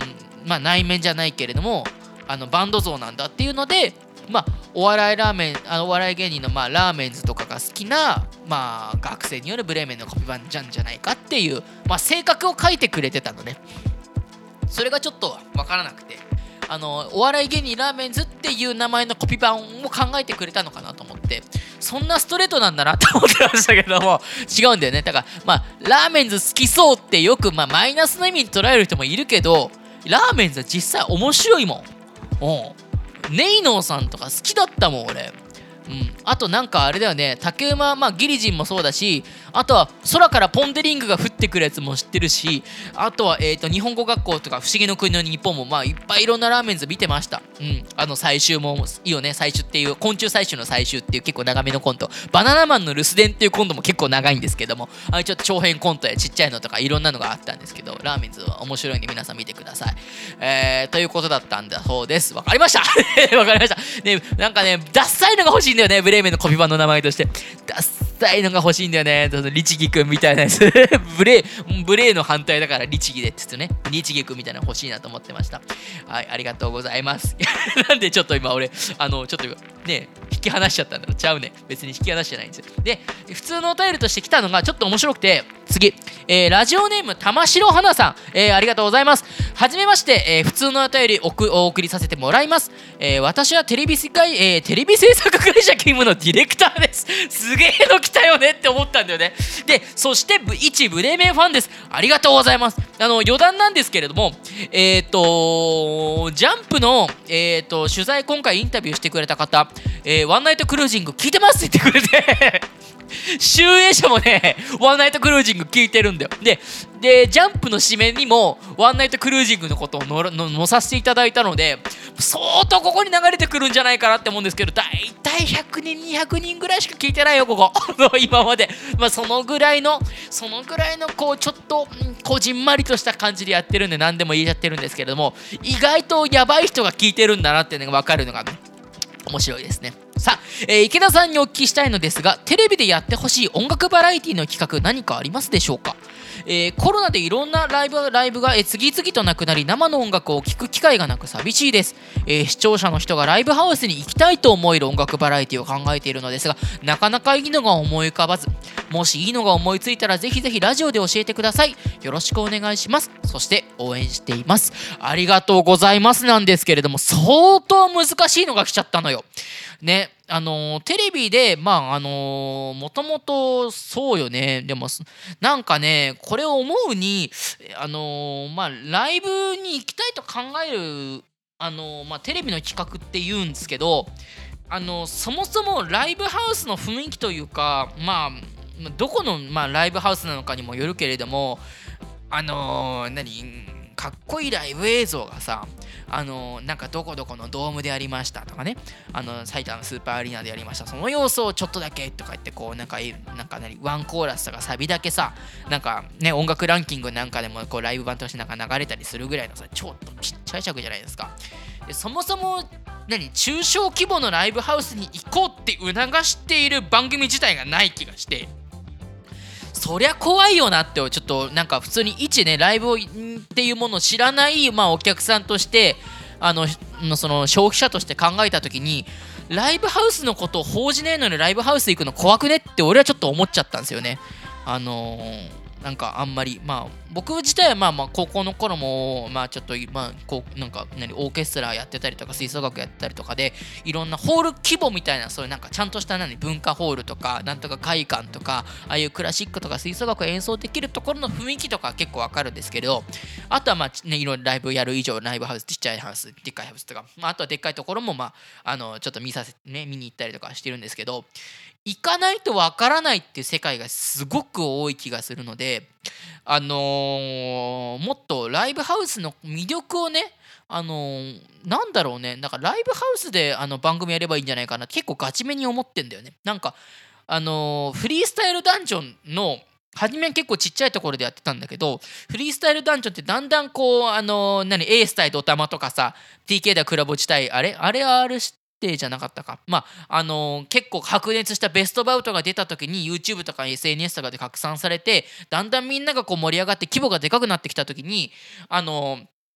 まあ、内面じゃないけれどもあのバンド像なんだっていうので、まあ、お笑いラーメンあのお笑い芸人の、まあ、ラーメンズとかが好きな、まあ、学生によるブレーメンのコピー版じゃんじゃないかっていう、まあ、性格を書いてくれてたのね。それがちょっと分からなくて、あのお笑い芸人ラーメンズっていう名前のコピー版を考えてくれたのかなと思って、そんなストレートなんだなと思ってましたけども、違うんだよね。だからまあラーメンズ好きそうってよく、まあ、マイナスの意味に捉える人もいるけど、ラーメンズは実際面白いもん。うん、ネイノーさんとか好きだったもん俺。うん、あとなんかあれだよね、竹馬、まあ、ギリジンもそうだし、あとは空からポン・デ・リングが降ってくるやつも知ってるし、あとは、えー、と日本語学校とか不思議の国の日本も、まあ、いっぱいいろんなラーメンズ見てました。うん、あの最終もいいよね。最終っていう昆虫採集の最終っていう結構長めのコント、バナナマンの留守電っていうコントも結構長いんですけども、あれちょっと長編コントやちっちゃいのとかいろんなのがあったんですけど、ラーメンズは面白いんで皆さん見てください。えー、ということだったんだそうです。わかりましたわかりました。ね、なんかね、ダッサいのが欲しいんだよね、ブレーメンのコピー版の名前として。ダッサいのが欲しいんだよね、律儀くんみたいなやつブレー、ブレーの反対だから律儀でって言ってね、律儀くんみたいなの欲しいなと思ってました。はい、ありがとうございますなんでちょっと今俺、あの、ちょっとね、引き離しちゃったんだろう。ちゃうね。別に引き離してないんですよ。で、普通のお便りとして来たのがちょっと面白くて、次、えー、ラジオネーム玉城花さん、えー、ありがとうございます。はじめまして、えー、普通のお便りおくお送りさせてもらいます。えー、私はテレビ世界、えー、テレビ制作会社勤務のディレクターです。すげえの来たよねって思ったんだよね。で、そして一ブレーメンファンです。ありがとうございます。あの余談なんですけれども、えっ、ー、とジャンプの、えー、と取材今回インタビューしてくれた方、えー、ワンナイトクルージング聞いてますって言ってくれて集英社もね、ワンナイトクルージング聞いてるんだよ。で、でジャンプの紙面にもワンナイトクルージングのことをのの載させていただいたので、相当ここに流れてくるんじゃないかなって思うんですけど、だいたいひゃくにんにひゃくにんぐらいしか聞いてないよここ今まで。まあそのぐらいのそのぐらいのこうちょっとこじんまりとした感じでやってるんで何でも言えちゃってるんですけれども、意外とやばい人が聞いてるんだなっていうのが分かるのが、ね、面白いですね。さあ、えー、池田さんにお聞きしたいのですが、テレビでやってほしい音楽バラエティの企画何かありますでしょうか。えー、コロナでいろんなライブ、ライブが、えー、次々となくなり、生の音楽を聴く機会がなく寂しいです。えー、視聴者の人がライブハウスに行きたいと思える音楽バラエティを考えているのですが、なかなかいいのが思い浮かばず、もしいいのが思いついたらぜひぜひラジオで教えてください。よろしくお願いします。そして応援しています。ありがとうございますなんですけれども、相当難しいのが来ちゃったのよ。ね、あのー、テレビでまああのー、もともとそうよね。でもなんかね、これを思うに、あのー、まあライブに行きたいと考える、あのー、まあテレビの企画って言うんですけど、あのー、そもそもライブハウスの雰囲気というか、まあどこの、まあ、ライブハウスなのかにもよるけれども、あのー、何かっこいいライブ映像がさ、あのー、なんかどこどこのドームでやりましたとかね、あの埼玉スーパーアリーナでやりました、その様子をちょっとだけとか言って、こうなんかなんか何ワンコーラスとかサビだけさ、なんかね音楽ランキングなんかでもこうライブ版としてなんか流れたりするぐらいのさ、ちょっとちっちゃい尺じゃないですか。でそもそも何中小規模のライブハウスに行こうって促している番組自体がない気がして、そりゃ怖いよなって、ちょっとなんか普通に一ねライブをっていうものを知らない、まあ、お客さんとしてあのその消費者として考えた時に、ライブハウスのことを報じねえのにライブハウス行くの怖くねって俺はちょっと思っちゃったんですよね。あのーなんかあんまり、まあ僕自体はまあまあ高校の頃もまあちょっとまあこうなんか何オーケストラやってたりとか吹奏楽やってたりとかで、いろんなホール規模みたいな、そういうなんかちゃんとした何文化ホールとかなんとか会館とか、ああいうクラシックとか吹奏楽を演奏できるところの雰囲気とか結構わかるんですけど、あとはまあねいろいろライブやる以上、ライブハウスちっちゃいハウスでっかいハウスとか、まあ、あとはでっかいところもまああのちょっと見させね見に行ったりとかしてるんですけど、行かないとわからないっていう世界がすごく多い気がするので、あのー、もっとライブハウスの魅力をね、あのー、なんだろうね、だからライブハウスであの番組やればいいんじゃないかなって結構ガチめに思ってんだよね。なんかあのー、フリースタイルダンジョンの初め結構ちっちゃいところでやってたんだけど、フリースタイルダンジョンってだんだんこうあのー、何エース対ドタマとかさ、 ティーケー ではクラブ落ちたい、あれあれ R じゃなかったか、まああのー、結構白熱したベストバウトが出た時に YouTube とか エスエヌエス とかで拡散されて、だんだんみんながこう盛り上がって規模がでかくなってきた時に、あのー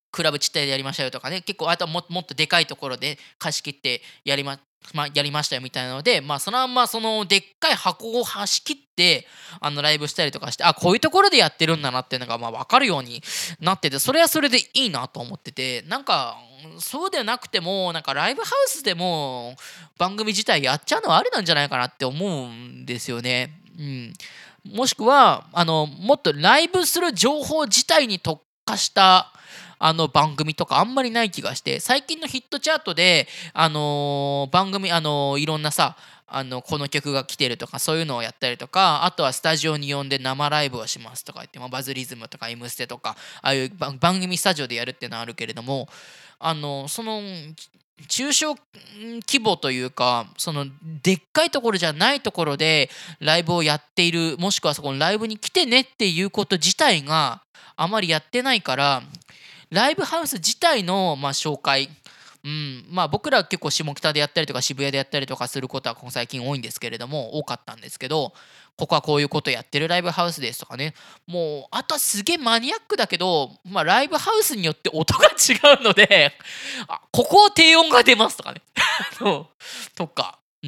クラブちったいでやりましたよとかね、結構あとはももっとでかいところで貸し切ってやりま、まあ、やりましたよみたいなので、まあ、そのまんまそのでっかい箱を貸し切ってあのライブしたりとかして、あ、こういうところでやってるんだなっていうのがまあ分かるようになってて、それはそれでいいなと思ってて、なんかそうでなくてもなんかライブハウスでも番組自体やっちゃうのはありなんじゃないかなって思うんですよね。うん、もしくはあのもっとライブする情報自体に特化したあの番組とかあんまりない気がして、最近のヒットチャートで、あのー番組、あのーいろんなさ、あのこの曲が来てるとかそういうのをやったりとか、あとはスタジオに呼んで生ライブをしますとか言って、まあ、バズリズムとか「エムステ」とかああいう番番組スタジオでやるっていうのはあるけれども、あのその中小規模というか、そのでっかいところじゃないところでライブをやっている、もしくはそこのライブに来てねっていうこと自体があまりやってないから、ライブハウス自体のまあ紹介、うん、まあ僕らは結構下北でやったりとか渋谷でやったりとかすることはここ最近多いんですけれども、多かったんですけど、ここはこういうことやってるライブハウスですとかね、もうあとはすげえマニアックだけど、まあ、ライブハウスによって音が違うのであ、ここは低音が出ますとかねとか、うん、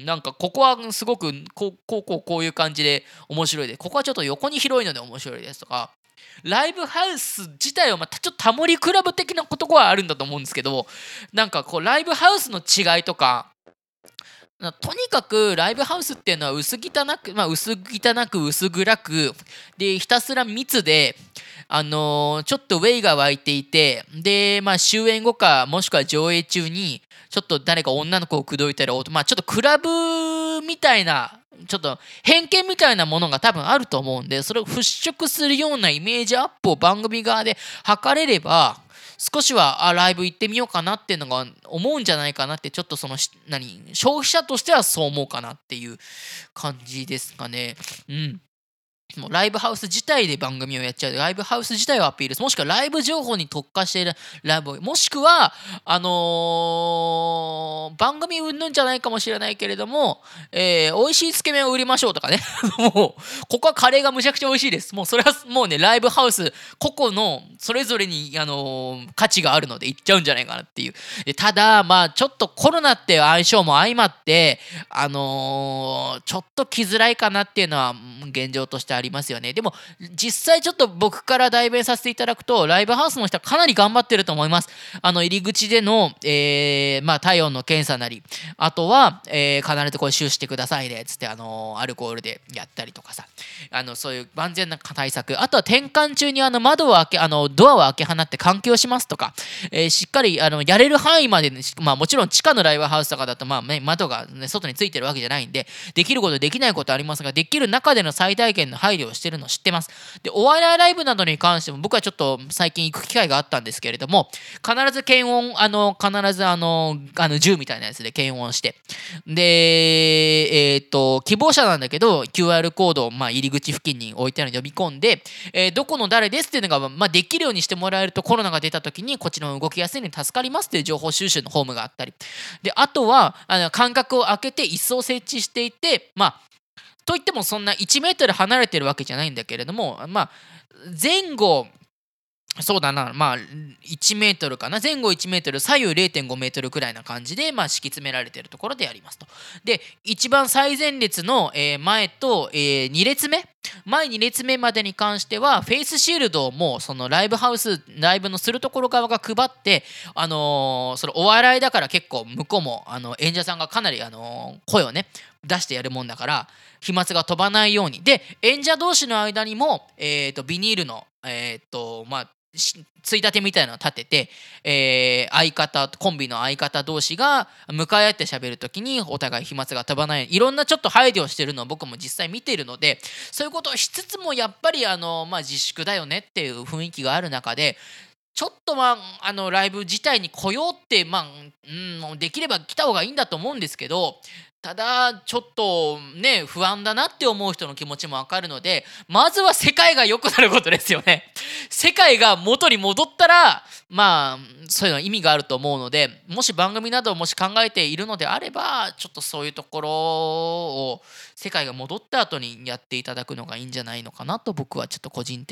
なんかここはすごくこうこうこうこういう感じで面白いで、ここはちょっと横に広いので面白いですとか、ライブハウス自体はまたちょっとタモリクラブ的なことはあるんだと思うんですけど、なんかこうライブハウスの違いとか、とにかくライブハウスっていうのは薄汚く、まあ、薄汚く薄暗くで、ひたすら密で、あのーちょっとウェイが湧いていて、で、まあ、終演後かもしくは上映中にちょっと誰か女の子を口説いたり、まあ、ちょっとクラブみたいな、ちょっと偏見みたいなものが多分あると思うんで、それを払拭するようなイメージアップを番組側で図れれば、少しはあライブ行ってみようかなっていうのが思うんじゃないかなって、ちょっとそのし何消費者としてはそう思うかなっていう感じですかね。うん。もうライブハウス自体で番組をやっちゃう、ライブハウス自体をアピールする、もしくはライブ情報に特化しているライブを、もしくはあのー番組云々じゃないかもしれないけれども、えー美味しいつけ麺を売りましょうとかねもうここはカレーがむちゃくちゃ美味しいです、もうそれはもうねライブハウス個々のそれぞれに、あのー価値があるので行っちゃうんじゃないかなっていう。でただまあちょっとコロナって相性も相まって、あのーちょっと来づらいかなっていうのはうん現状としてありますよね。でも実際ちょっと僕から代弁させていただくと、ライブハウスの人はかなり頑張ってると思います。あの入り口での、えーまあ、体温の検査なり、あとは、えー必ずこれ収してくださいねつって、あのーアルコールでやったりとかさ、あのそういう万全な対策、あとは転換中にあの窓を開けあのドアを開け放って換気をしますとか、えーしっかりあのやれる範囲まで、ね、まあもちろん地下のライブハウスとかだと、まあね、窓が、ね、外についてるわけじゃないんで、できることできないことありますが、できる中での最大限の配慮をしてるのを知ってます。でお笑いライブなどに関しても僕はちょっと最近行く機会があったんですけれども、必ず検温、あの必ずあのあの銃みたいなやつで検温して、でえーっと希望者なんだけど キューアール コードを、まあ、入り口付近に置いてあるのに呼び込んで、えーどこの誰ですっていうのが、まあ、できるようにしてもらえると、コロナが出た時にこっちの動きやすいのに助かりますっていう情報収集のホームがあったりで、あとはあの間隔を空けて椅子を設置していて、まあといってもそんないちメートル離れてるわけじゃないんだけれども、まあ前後そうだな、まあいちメートルかな、前後いちメートル左右 れいてんごメートルくらいな感じで、まあ、敷き詰められているところでやりますと。で一番最前列の、えー前と、えーに列目前に列目までに関してはフェイスシールドをもうそのライブハウスライブのするところ側が配って、あのーそのお笑いだから結構向こうもあの演者さんがかなり、あのー声をね出してやるもんだから飛沫が飛ばないように、で演者同士の間にも、えー、とビニールの、えーとまあ、しついたてみたいなのを立てて、えー相方コンビの相方同士が向かい合って喋るときにお互い飛沫が飛ばない、いろんなちょっと配慮をしてるのを僕も実際見ているので、そういうことをしつつもやっぱりあの、まあ、自粛だよねっていう雰囲気がある中で、ちょっとまああのライブ自体に来ようって、まあうん、できれば来た方がいいんだと思うんですけど、ただちょっとね不安だなって思う人の気持ちもわかるので、まずは世界が良くなることですよね。世界が元に戻ったらまあそういうのは意味があると思うので、もし番組などをもし考えているのであれば、ちょっとそういうところを世界が戻った後にやっていただくのがいいんじゃないのかなと僕はちょっと個人的に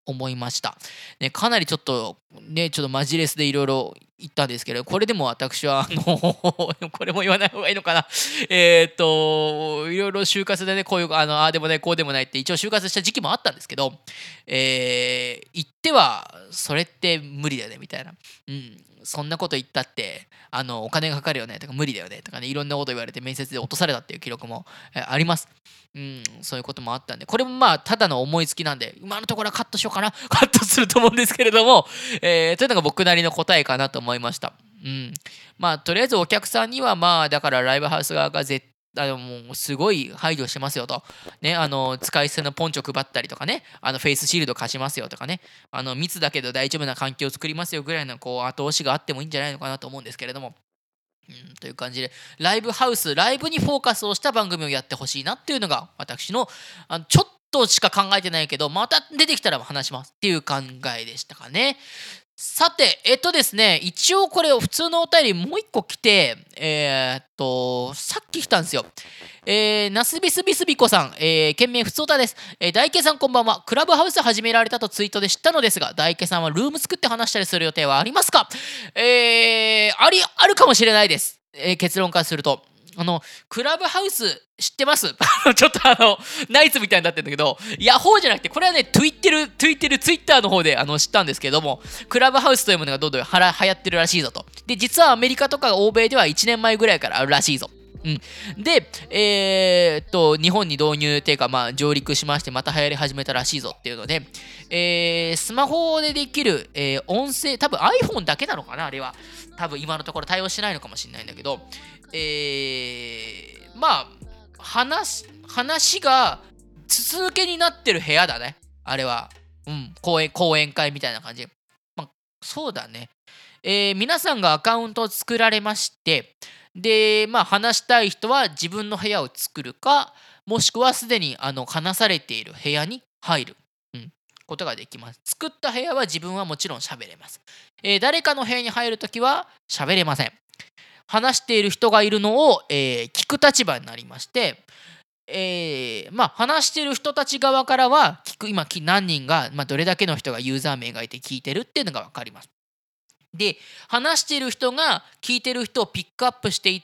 思いました。ね、かなりちょっとね、ちょっとマジレスでいろいろ言ったんですけど、これでも私は、あの、これも言わない方がいいのかな。えっと、いろいろ就活でね、こういう、あの、ああでもない、こうでもないって、一応就活した時期もあったんですけど、えー、言っては、それって無理だよね、みたいな。うん、そんなこと言ったって、あの、お金がかかるよね、とか、無理だよね、とかね、いろんなこと言われて面接で落とされたっていう記録も、えーあります。うん、そういうこともあったんで、これもまあ、ただの思いつきなんで、今のところはカットしようかな、カットすると思うんですけれども、えー、というのが僕なりの答えかなと思いました。うん。まあ、とりあえずお客さんには、まあ、だからライブハウス側が絶あのもうすごい配慮してますよと、ね、あの使い捨てのポンチョ配ったりとかね、あのフェイスシールド貸しますよとかね、あの密だけど大丈夫な環境を作りますよぐらいのこう後押しがあってもいいんじゃないのかなと思うんですけれども、うん、という感じでライブハウスライブにフォーカスをした番組をやってほしいなっていうのが私の、あのちょっとしか考えてないけどまた出てきたら話しますっていう考えでしたかね。さて、えっとですね、一応これ普通のお便りもう一個来て、えーっと、さっき来たんですよ。えー、ナスビスビスビコさん、えー、件名ふつおたです。えー、大家さんこんばんは。クラブハウス始められたとツイートで知ったのですが、大家さんはルーム作って話したりする予定はありますか？えー、あり、あるかもしれないです。えー結論からすると。あの、クラブハウス知ってます？ちょっとあの、ナイツみたいになってるんだけど、ヤホーじゃなくて、これはね、ツイッテル、ツイッテル、ツイッターの方であの知ったんですけども、クラブハウスというものがどんどんはら流行ってるらしいぞと。で、実はアメリカとか欧米ではいちねんまえぐらいからあるらしいぞ。うん、で、えーっと、日本に導入っていうか、まあ、上陸しまして、また流行り始めたらしいぞっていうので、えースマホでできる、えー音声、多分 iPhone だけなのかな、あれは。多分今のところ対応してないのかもしれないんだけど、えーまあ、話、話が筒抜けになってる部屋だね、あれは。うん、講演、講演会みたいな感じ。まあ、そうだね。えー皆さんがアカウントを作られまして、で、まあ、話したい人は自分の部屋を作るか、もしくはすでにあの話されている部屋に入る、うん、ことができます。作った部屋は自分はもちろん喋れます。えー誰かの部屋に入るときは喋れません。話している人がいるのを、えー聞く立場になりまして、えーまあ、話している人たち側からは聞く今き何人が、まあ、どれだけの人がユーザー名がいて聞いてるっていうのが分かります。で、話している人が聞いてる人をピックアップしていって、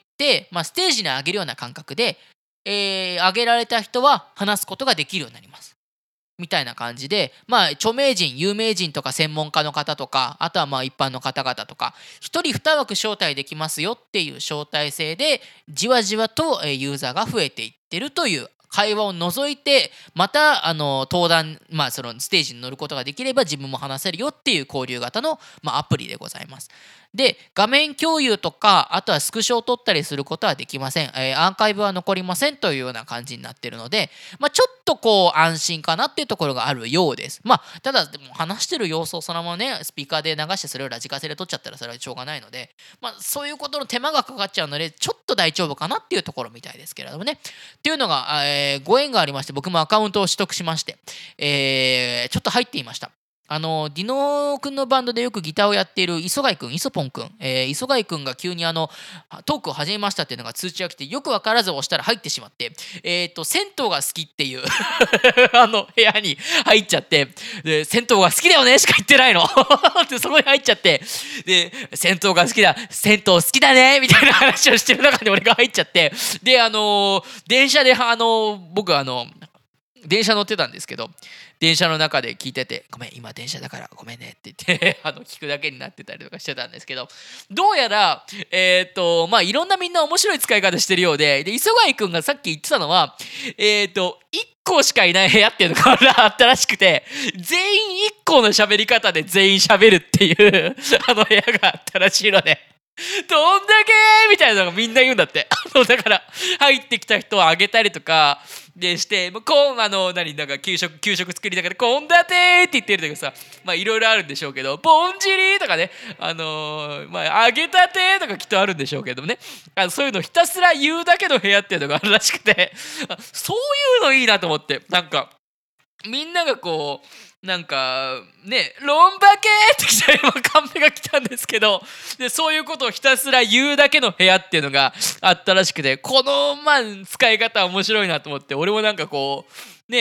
まあ、ステージに上げるような感覚で、えー上げられた人は話すことができるようになります。みたいな感じで、まあ、著名人、有名人とか専門家の方とか、あとはまあ一般の方々とか、一人二枠招待できますよっていう招待制で、じわじわとえーユーザーが増えていってるという会話を除いて、またあの登壇、まあ、そのステージに乗ることができれば自分も話せるよっていう交流型の、まあ、アプリでございます。で、画面共有とか、あとはスクショを撮ったりすることはできません。えーアーカイブは残りませんというような感じになっているので、まあ、ちょっとこう安心かなっていうところがあるようです。まあ、ただ、でも話してる様子をそのままね、スピーカーで流してそれをラジカセで撮っちゃったらそれはしょうがないので、まあ、そういうことの手間がかかっちゃうので、ちょっと大丈夫かなっていうところみたいですけれどもね。っていうのが、えーご縁がありまして、僕もアカウントを取得しまして、えーちょっと入っていました。あのディノ君のバンドでよくギターをやっている磯貝君、磯ポン君、えー磯貝君が急にあのトークを始めましたっていうのが通知が来て、よく分からず押したら入ってしまって、えー、と銭湯が好きっていうあの部屋に入っちゃって、で銭湯が好きだよねしか言ってないのでそこに入っちゃって、で銭湯が好きだ、銭湯好きだねみたいな話をしてる中に俺が入っちゃって、であのー電車であのー僕あの電車乗ってたんですけど、電車の中で聞いてて、ごめん今電車だからごめんねって言ってあの聞くだけになってたりとかしてたんですけど、どうやらえっ、とまあいろんなみんな面白い使い方してるようで、で磯貝くんがさっき言ってたのは、えっ、といっこしかいない部屋っていうのがあったらしくて、全員いっこの喋り方で全員喋るっていうあの部屋があったらしいので、どんだけみたいなのがみんな言うんだって。あのだから入ってきた人をあげたりとかでして、もうこんあの何なんか給食給食作りながらこんだてって言ってるんだけどさ、まあいろいろあるんでしょうけど、ぼんじりとかね、あのーまあ揚げたてとかきっとあるんでしょうけどもね、あのそういうのひたすら言うだけの部屋っていうのがあるらしくて、あそういうのいいなと思って、なんかみんながこうなんかね、ロンバケーってきた今カンペが来たんですけど、でそういうことをひたすら言うだけの部屋っていうのがあったらしくて、このまあ使い方面白いなと思って、俺もなんかこうね、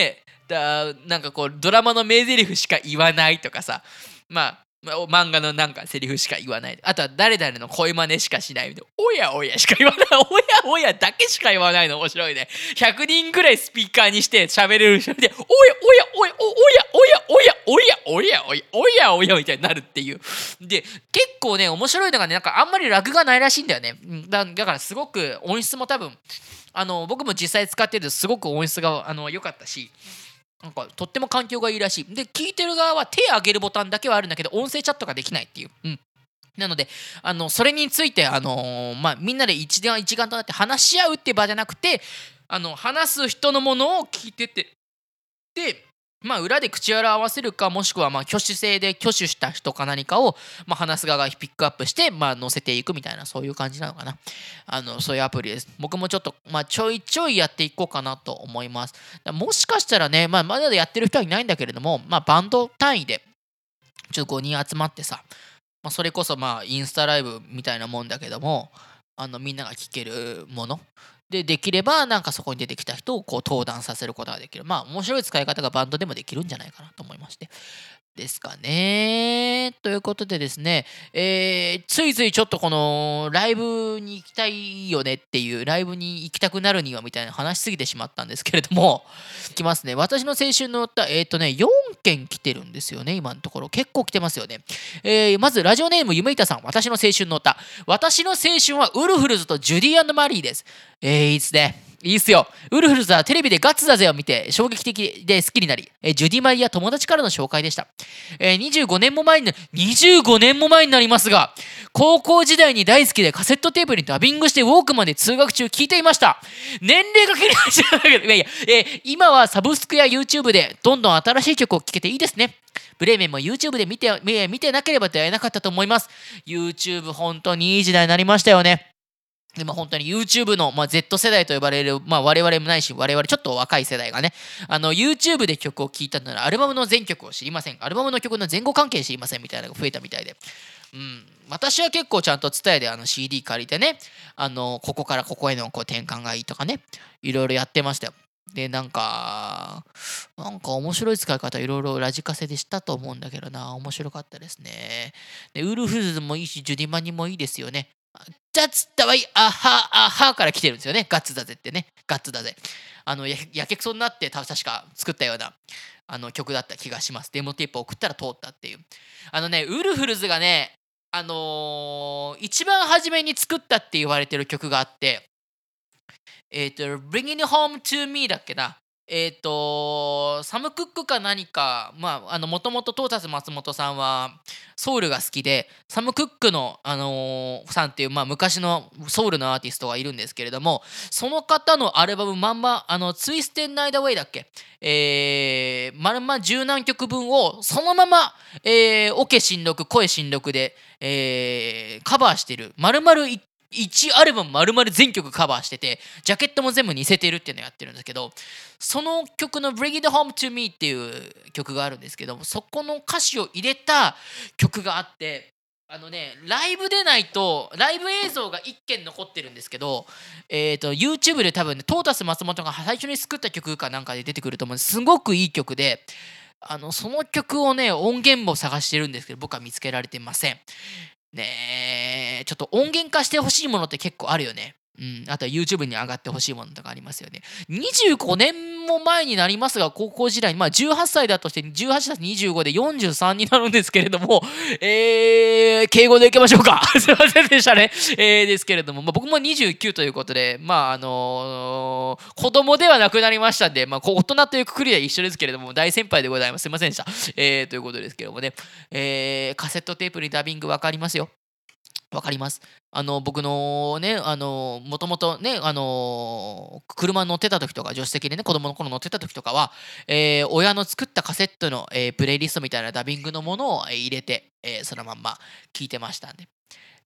だなんかこうドラマの名台詞しか言わないとかさ、まあまあ漫画のなんかセリフしか言わない、あとは誰々の声真似しかしないみたいな、おやおやしか言わない、おやおやだけしか言わないの面白いね。ひゃくにんぐらいスピーカーにして喋れる人で、おやおやおやおやおやおやおやおやおやおやおやみたいになるっていう。で結構ね面白いのがね、なんかあんまりラグがないらしいんだよね。だ, だからすごく音質も多分あの僕も実際使ってるとすごく音質があの良かったし、なんかとっても環境がいいらしい。で聞いてる側は手を挙げるボタンだけはあるんだけど音声チャットができないっていう、うん、なのであのそれについて、あのーまあ、みんなで一丸一丸となって話し合うっていう場じゃなくて、あの話す人のものを聞いてて、でまあ裏で口裏を合わせるか、もしくはまあ挙手制で挙手した人か何かを、まあ、話す側がピックアップして、まあ、載せていくみたいな、そういう感じなのかな。あのそういうアプリです。僕もちょっと、まあ、ちょいちょいやっていこうかなと思います。もしかしたらね、まあ、まだやってる人はいないんだけれども、まあ、バンド単位でちょっとごにん集まってさ、まあ、それこそまあインスタライブみたいなもんだけども、あのみんなが聞けるもので、できればなんかそこに出てきた人をこう登壇させることができる。まあ面白い使い方がバンドでもできるんじゃないかなと思いまして。ですかね。ということでですね、えー、ついついちょっとこのライブに行きたいよねっていう、ライブに行きたくなるにはみたいな話しすぎてしまったんですけれども、いきますね。私の青春の歌、えっ、ー、とね、よんけん来てるんですよね、今のところ。結構来てますよね。えー、まずラジオネームゆめいたさん、私の青春の歌。私の青春はウルフルズとジュディ&マリーです。えー、いいっすね。いいっすよ。ウルフルズはテレビでガッツだぜを見て衝撃的で好きになり、えー、ジュディマリは友達からの紹介でした。えー、にじゅうごねんも前に、にじゅうごねんも前になりますが、高校時代に大好きでカセットテープにダビングしてウォークマンで通学中聞いていました。年齢が気になっちゃうんだけど、いやいや、えー、今はサブスクや YouTube でどんどん新しい曲を聴けていいですね。ブレーメンも YouTube で見て、見てなければ出会えなかったと思います。YouTube 本当にいい時代になりましたよね。でも本当に YouTube の、まあ、Z 世代と呼ばれる、まあ、我々もないし、我々ちょっと若い世代がね、あの YouTube で曲を聴いたならアルバムの全曲を知りません、アルバムの曲の前後関係知りませんみたいなのが増えたみたいで、うん、私は結構ちゃんと TSUTAYA であの シーディー 借りてね、あのここからここへのこう転換がいいとかね、いろいろやってましたよ。でなんかなんか面白い使い方いろいろラジカセでしたと思うんだけどな、面白かったですね。でウルフルズもいいし、ジュディマニもいいですよね。ガッツだわい、あはあはから来てるんですよね。ガッツだぜってね。ガッツだぜ。あのややけくそになってた確か作ったようなあの曲だった気がします。デモテープを送ったら通ったっていう。あのね、ウルフルズがね、あのー、一番初めに作ったって言われてる曲があって、えっ、ー、と、Bring It Home to Me だっけな。えっ、ー、と、サム・クックか何か、まあ、あの、もともとトータス松本さんはソウルが好きで、サム・クックの、あのー、さんっていう、まあ、昔のソウルのアーティストがいるんですけれども、その方のアルバムまんま、あの、ツイステン・ナイダーウェイだっけ、えー、まるま十何曲分をそのまま、えー、オケ新録、声新録で、えー、カバーしてる、まるまるいちアルバム丸々全曲カバーしてて、ジャケットも全部似せてるっていうのをやってるんですけど、その曲の Bring It Home to Me っていう曲があるんですけども、そこの歌詞を入れた曲があって、あのね、ライブでないと、ライブ映像がいっけん残ってるんですけど、えーと、YouTube で多分ね、トータス松本が最初に作った曲かなんかで出てくると思うんです。すごくいい曲で、あの、その曲をね、音源も探してるんですけど、僕は見つけられてません。ねえ、ちょっと音源化してほしいものって結構あるよね。うん、あとは YouTube に上がってほしいものとかありますよね。にじゅうごねんも前になりますが、高校時代に、まあじゅうはっさいだとして、じゅうはちたすにじゅうごでよんじゅうさんになるんですけれども、えー、敬語でいきましょうか。すいませんでしたね。えー、ですけれども、まあ、僕もにじゅうきゅうということで、まああのー、子供ではなくなりましたんで、まあ大人というくくりは一緒ですけれども、大先輩でございます。すいませんでした。えー、ということですけれどもね、えー、カセットテープにダビングわかりますよ。わかります。あの僕のね、あのもともとね、あの車乗ってた時とか、助手席でね、子供の頃乗ってた時とかは、えー、親の作ったカセットの、えー、プレイリストみたいなダビングのものを入れて、えー、そのまんま聞いてましたんで。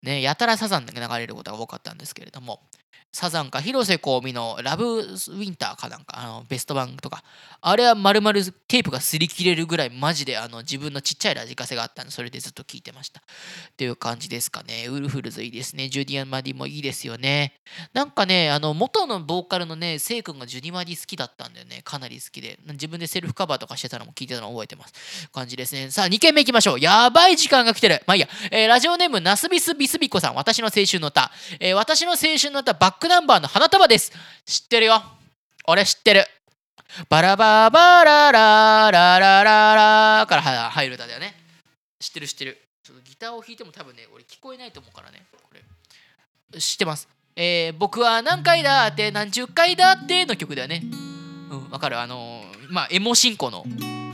ね、やたらサザンが流れることが多かったんですけれども、サザンか広瀬香美のラブウィンターかなんか、あのベスト版とか、あれは丸々テープが擦り切れるぐらいマジであの自分のちっちゃいラジカセがあったんで、それでずっと聴いてました。っていう感じですかね。ウルフルズいいですね。ジュディアン・マディもいいですよね。なんかね、あの元のボーカルのね、セイ君がジュディ・マディ好きだったんだよね。かなり好きで。自分でセルフカバーとかしてたのも聞いてたのを覚えてます。感じですね。さあ、にけんめいきましょう。やばい時間が来てる。まあいいや。えーラジオネーム、ナスビスビスビコさん。私の青春の歌。えー私の青春の歌、バックナンバーの花束です。知ってるよ。俺知ってる。バラババララララララから入る歌だよね。知ってる知ってる。ちょっとギターを弾いても多分ね、俺聞こえないと思うからね。これ知ってます。えー僕は何回だって何十回だっての曲だよね。うん、わかる。あのーまあ、エモ進行の。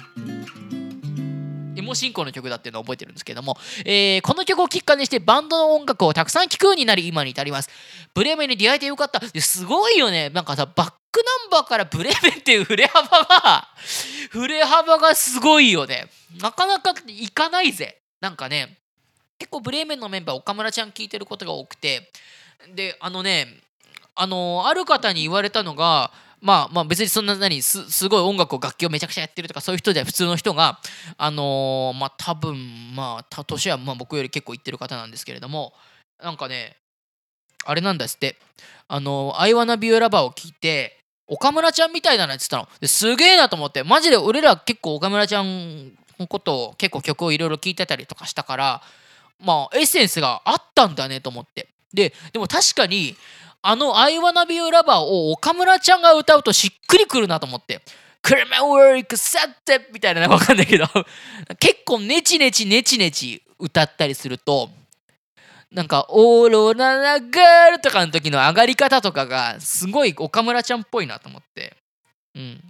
エモ進行の曲だっていうのを覚えてるんですけども、えーこの曲をきっかけにしてバンドの音楽をたくさん聴くようになり今に至ります。ブレーメンに出会えてよかった。ですごいよね。なんかさ、バックナンバーからブレーメンっていう振れ幅が振れ幅がすごいよね。なかなかいかないぜ。なんかね、結構ブレーメンのメンバー岡村ちゃん聞いてることが多くて、であのねあのある方に言われたのが、まあまあ別にそんな何 す, すごい音楽を楽器をめちゃくちゃやってるとかそういう人じゃ普通の人があのーまあ多分まあた年はまあ僕より結構いってる方なんですけれども、なんかねあれなんですって、あのー「I wanna be your lover」を聞いて岡村ちゃんみたいだなって言ってたのですげえなと思って、マジで俺ら結構岡村ちゃんのことを結構曲をいろいろ聴いてたりとかしたから、まあエッセンスがあったんだねと思って、ででも確かにあの「I wanna be your lover」を岡村ちゃんが歌うとしっくりくるなと思って、クレメンウォークサッテみたいなのわかんないけど結構ネチネチネチネチ歌ったりすると、なんかオーロララガールとかの時の上がり方とかがすごい岡村ちゃんっぽいなと思って、うん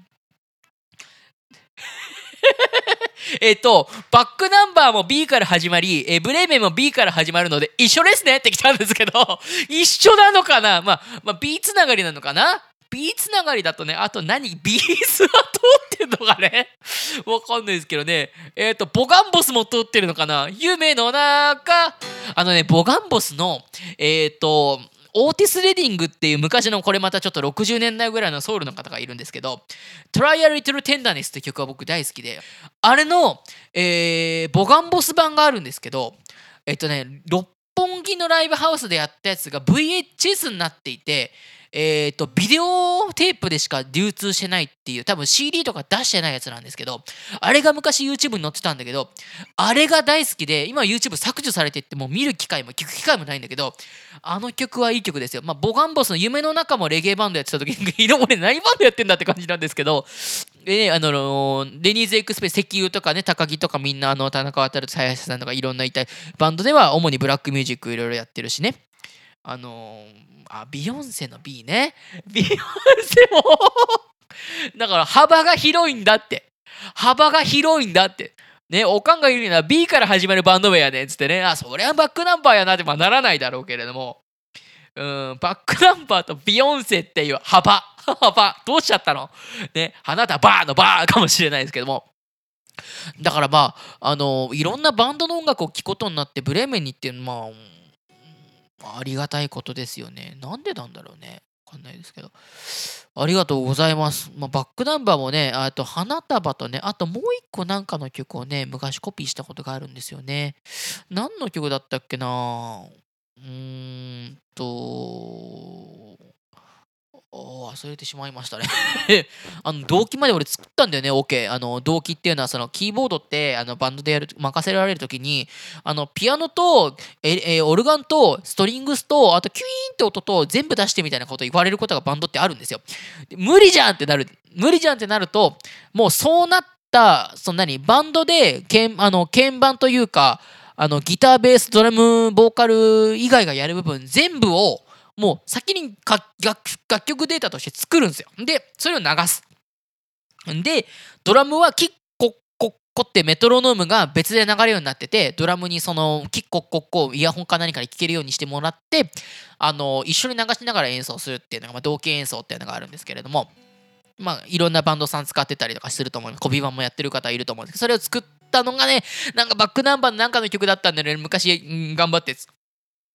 えっとバックナンバーも B から始まり、えブレーメンも B から始まるので一緒ですねって来たんですけど一緒なのかな、まあ、まあ B つながりなのかな。 B つながりだとね、あと何 B スは通ってんのかねわかんないですけどね。えっ、とボガンボスも通ってるのかな。夢の中、あのねボガンボスのえっ、とオーティス・レディングっていう昔のこれまたちょっとろくじゅうねんだいぐらいのソウルの方がいるんですけど、Try a Little Tenderness って曲は僕大好きで、あれの、えーボガンボス版があるんですけど、えっとね六本木のライブハウスでやったやつが ブイエイチエス になっていて、えっとビデオテープでしか流通してないっていう、多分 シーディー とか出してないやつなんですけど、あれが昔 YouTube に載ってたんだけど、あれが大好きで、今 YouTube 削除されていってもう見る機会も聞く機会もないんだけど、あの曲はいい曲ですよ。まあボガンボスの夢の中もレゲエバンドやってた時に俺何バンドやってんだって感じなんですけど、でね、あのデニーズエクスプレス、石油とかね、高木とかみんな、あの田中航と林さんとかいろんないたいバンドでは主にブラックミュージックいろいろやってるしね。あのーあビヨンセの B ね、ビヨンセもだから幅が広いんだって、幅が広いんだってね。おかんが言うには B から始まるバンド名やねっつってね、あそりゃバックナンバーやなってまあならないだろうけれども、うん、バックナンバーとビヨンセっていう幅幅どうしちゃったのね、花束バーのバーかもしれないですけども、だからまああのいろんなバンドの音楽を聴くことになってブレーメンにっていうのはまあありがたいことですよね。なんでなんだろうね。わかんないですけど。ありがとうございます。まあ、バックナンバーもね、あと花束とね、あともう一個なんかの曲をね、昔コピーしたことがあるんですよね。何の曲だったっけな。うーんと、忘れてしまいましたねあの動機まで俺作ったんだよね。 OK、 あの動機っていうのはそのキーボードってあのバンドでやる任せられるときにあのピアノとええオルガンとストリングスとあとキュイーンって音と全部出してみたいなこと言われることがバンドってあるんですよ。無理じゃんってなる無理じゃんってなると、もうそうなったその何バンドで鍵あの鍵盤というかあのギターベースドラムボーカル以外がやる部分全部をもう先に楽楽曲データとして作るんですよ。でそれを流す。でドラムはキッコッコッコってメトロノームが別で流れるようになってて、ドラムにそのキッコッコッコをイヤホンか何かで聴けるようにしてもらって、あの一緒に流しながら演奏するっていうのが、まあ、同期演奏っていうのがあるんですけれども、まあいろんなバンドさん使ってたりとかすると思います。コビバンもやってる方いると思うんですけど、それを作ったのがね、なんかバックナンバーのなんかの曲だったんでね、昔、うん、頑張って